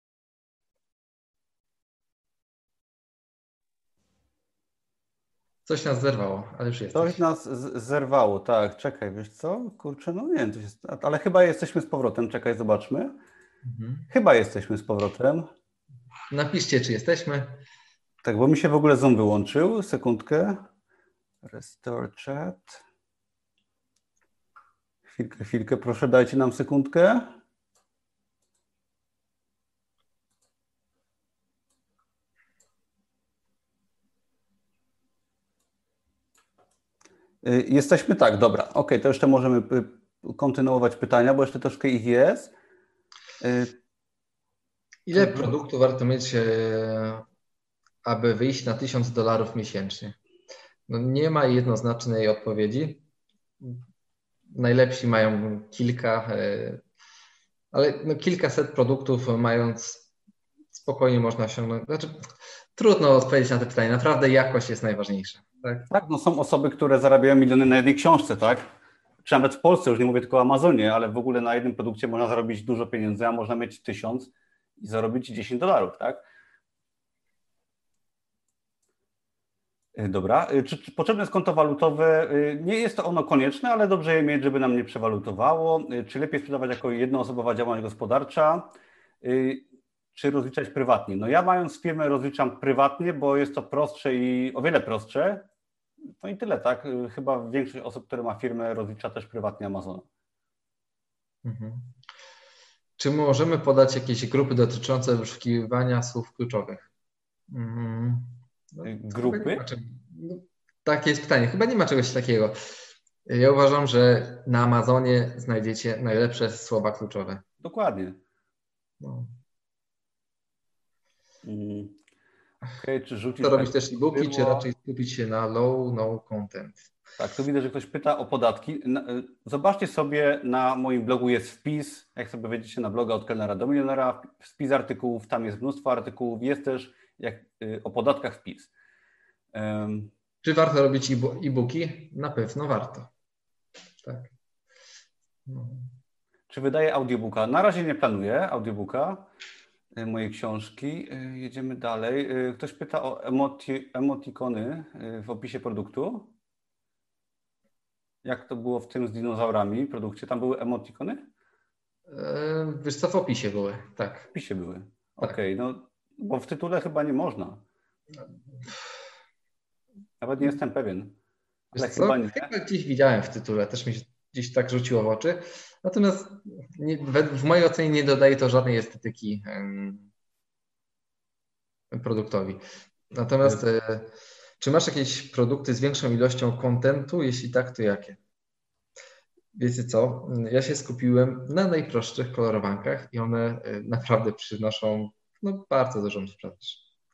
Coś nas zerwało, ale już jesteś. Coś nas zerwało, tak. Czekaj, wiesz co? Kurczę, no nie wiem, coś jest, ale chyba jesteśmy z powrotem. Czekaj, zobaczmy. Mhm. Chyba jesteśmy z powrotem. Napiszcie, czy jesteśmy. Tak, bo mi się w ogóle Zoom wyłączył. Sekundkę. Restore chat. Chwilkę, chwilkę, proszę, dajcie nam sekundkę. Jesteśmy, tak, dobra. Ok, to jeszcze możemy kontynuować pytania, bo jeszcze troszkę ich jest. Ile produktu warto mieć, aby wyjść na tysiąc dolarów miesięcznie? No nie ma jednoznacznej odpowiedzi. Najlepsi mają kilka, ale no kilkaset produktów mając spokojnie można osiągnąć. Znaczy, trudno odpowiedzieć na te pytania. Naprawdę jakość jest najważniejsza. Tak, tak, no są osoby, które zarabiają miliony na jednej książce, tak? Czy nawet w Polsce, już nie mówię tylko o Amazonie, ale w ogóle na jednym produkcie można zarobić dużo pieniędzy, a można mieć tysiąc i zarobić dziesięć dolarów, tak? Dobra. Czy, czy potrzebne jest konto walutowe? Nie jest to ono konieczne, ale dobrze je mieć, żeby nam nie przewalutowało. Czy lepiej sprzedawać jako jednoosobowa działalność gospodarcza? Czy rozliczać prywatnie? No ja mając firmę rozliczam prywatnie, bo jest to prostsze i o wiele prostsze. No i tyle, tak? Chyba większość osób, które ma firmę, rozlicza też prywatnie Amazona. Mhm. Czy możemy podać jakieś grupy dotyczące wyszukiwania słów kluczowych? Mhm. No, grupy? No, takie jest pytanie. Chyba nie ma czegoś takiego. Ja uważam, że na Amazonie znajdziecie najlepsze słowa kluczowe. Dokładnie. No. Hmm. Okay, czy rzucić to robić też e-booki, czy raczej skupić się na low, no content? Tak, tu widzę, że ktoś pyta o podatki. Zobaczcie sobie, na moim blogu jest wpis, jak sobie wejdziecie na bloga od kelnera do milionera, wpis artykułów, tam jest mnóstwo artykułów, jest też jak, o podatkach wpis. Um, Czy warto robić e-booki? Na pewno warto. Tak. No. Czy wydaję audiobooka? Na razie nie planuję audiobooka mojej książki. Jedziemy dalej. Ktoś pyta o emoti emotikony w opisie produktu. Jak to było w tym z dinozaurami w produkcie? Tam były emotikony? Wiesz co, w opisie były, tak. W opisie były. Okej, okay, no bo w tytule chyba nie można. Nawet nie jestem pewien. Ale chyba, nie. chyba gdzieś widziałem w tytule, też mi się gdzieś tak rzuciło w oczy. Natomiast nie, w mojej ocenie nie dodaje to żadnej estetyki um, produktowi. Natomiast e, czy masz jakieś produkty z większą ilością kontentu? Jeśli tak, to jakie? Wiecie co? Ja się skupiłem na najprostszych kolorowankach i one naprawdę przynoszą no, bardzo dużą sprzedaż.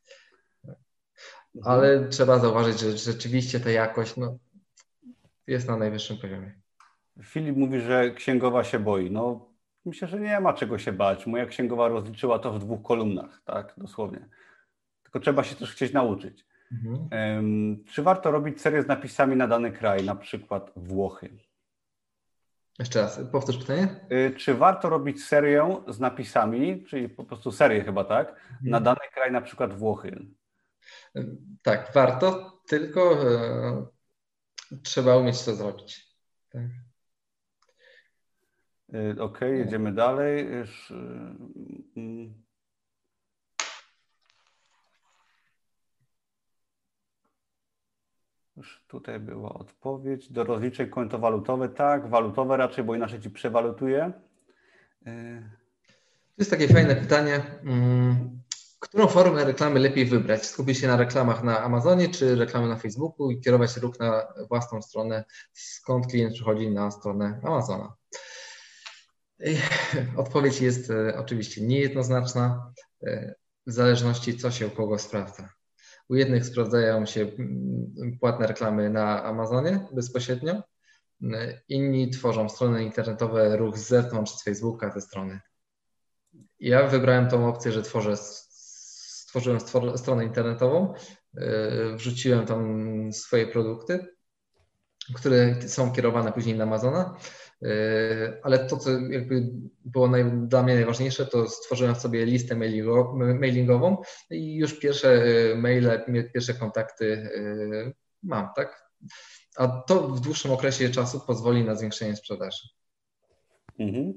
Ale mhm. trzeba zauważyć, że rzeczywiście ta jakość no, jest na najwyższym poziomie. Filip mówi, że księgowa się boi. No, myślę, że nie ma czego się bać. Moja księgowa rozliczyła to w dwóch kolumnach, tak, dosłownie. Tylko trzeba się też chcieć nauczyć. Mhm. Um, czy warto robić serię z napisami na dany kraj, na przykład Włochy? Jeszcze raz, powtórz pytanie. Czy warto robić serię z napisami, czyli po prostu serię chyba, tak, mhm. na dany kraj, na przykład Włochy? Tak, warto, tylko e, trzeba umieć to zrobić. Tak. Okej, okay, jedziemy dalej. Już tutaj była odpowiedź. Do rozliczeń kontowalutowe, tak. Walutowe raczej, bo inaczej ci przewalutuje. To jest takie fajne pytanie. Którą formę reklamy lepiej wybrać? Skupić się na reklamach na Amazonie, czy reklamy na Facebooku i kierować ruch na własną stronę, skąd klient przychodzi na stronę Amazona? Odpowiedź jest oczywiście niejednoznaczna, w zależności co się u kogo sprawdza. U jednych sprawdzają się płatne reklamy na Amazonie bezpośrednio, inni tworzą strony internetowe, ruch z zewnątrz, z Facebooka, te strony. Ja wybrałem tą opcję, że tworzę, stworzyłem stronę internetową, wrzuciłem tam swoje produkty, które są kierowane później na Amazona, ale to, co jakby było naj, dla mnie najważniejsze, to stworzyłem sobie listę mailingową i już pierwsze maile, pierwsze kontakty mam, tak? A to w dłuższym okresie czasu pozwoli na zwiększenie sprzedaży. Mhm.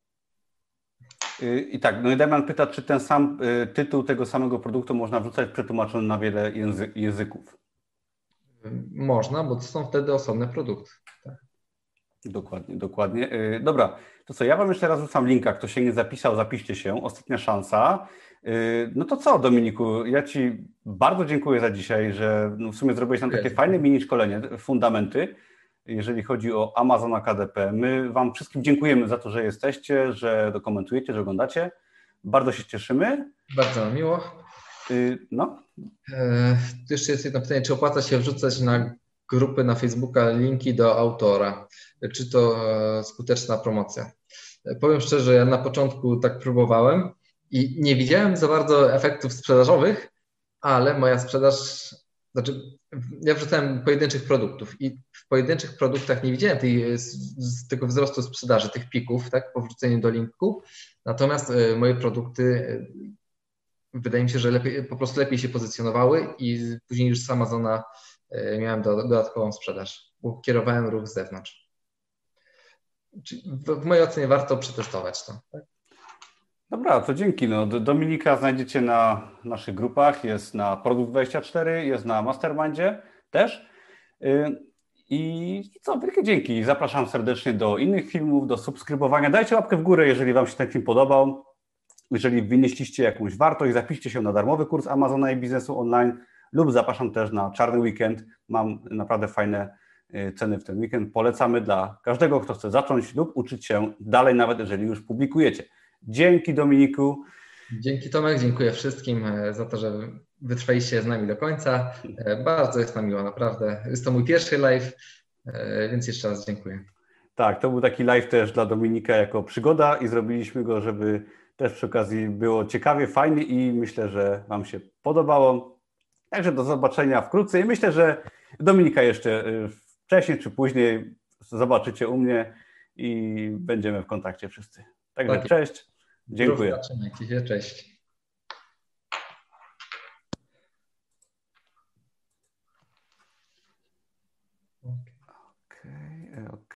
I tak, no i Damian pyta, czy ten sam tytuł tego samego produktu można wrzucać przetłumaczony na wiele języ języków? Można, bo to są wtedy osobne produkty. Tak. Dokładnie, dokładnie. Dobra, to co, ja Wam jeszcze raz rzucam linka, kto się nie zapisał, zapiszcie się, ostatnia szansa. No to co, Dominiku, ja Ci bardzo dziękuję za dzisiaj, że no w sumie zrobiłeś nam takie fajne mini szkolenie, fundamenty, jeżeli chodzi o Amazona K D P. My Wam wszystkim dziękujemy za to, że jesteście, że komentujecie, że oglądacie. Bardzo się cieszymy. Bardzo nam miło. No. E, jeszcze jest jedno pytanie, czy opłaca się wrzucać na grupy na Facebooka linki do autora? Czy to skuteczna promocja? Powiem szczerze, ja na początku tak próbowałem i nie widziałem za bardzo efektów sprzedażowych, ale moja sprzedaż, znaczy ja wrzucałem pojedynczych produktów i w pojedynczych produktach nie widziałem tej, z tego wzrostu sprzedaży, tych pików, tak, po wrzuceniu do linku, natomiast moje produkty wydaje mi się, że lepiej, po prostu lepiej się pozycjonowały i później już z Amazona miałem do, dodatkową sprzedaż, bo kierowałem ruch z zewnątrz. W, w mojej ocenie warto przetestować to. Tak? Dobra, to dzięki. No, Dominika znajdziecie na naszych grupach, jest na Produkt dwadzieścia cztery, jest na Mastermindzie też. I co, wielkie dzięki. Zapraszam serdecznie do innych filmów, do subskrybowania. Dajcie łapkę w górę, jeżeli Wam się ten film podobał. Jeżeli wynieśliście jakąś wartość, zapiszcie się na darmowy kurs Amazona i biznesu online lub zapraszam też na czarny weekend. Mam naprawdę fajne ceny w ten weekend. Polecamy dla każdego, kto chce zacząć lub uczyć się dalej, nawet jeżeli już publikujecie. Dzięki, Dominiku. Dzięki, Tomek, dziękuję wszystkim za to, że wytrwaliście z nami do końca. Bardzo jest nam miło, naprawdę. Jest to mój pierwszy live, więc jeszcze raz dziękuję. Tak, to był taki live też dla Dominika jako przygoda i zrobiliśmy go, żeby też przy okazji było ciekawie, fajnie i myślę, że Wam się podobało. Także do zobaczenia wkrótce i myślę, że Dominika jeszcze wcześniej czy później zobaczycie u mnie i będziemy w kontakcie wszyscy. Także tak. Cześć, dziękuję. Trzymajcie się, cześć. Okay.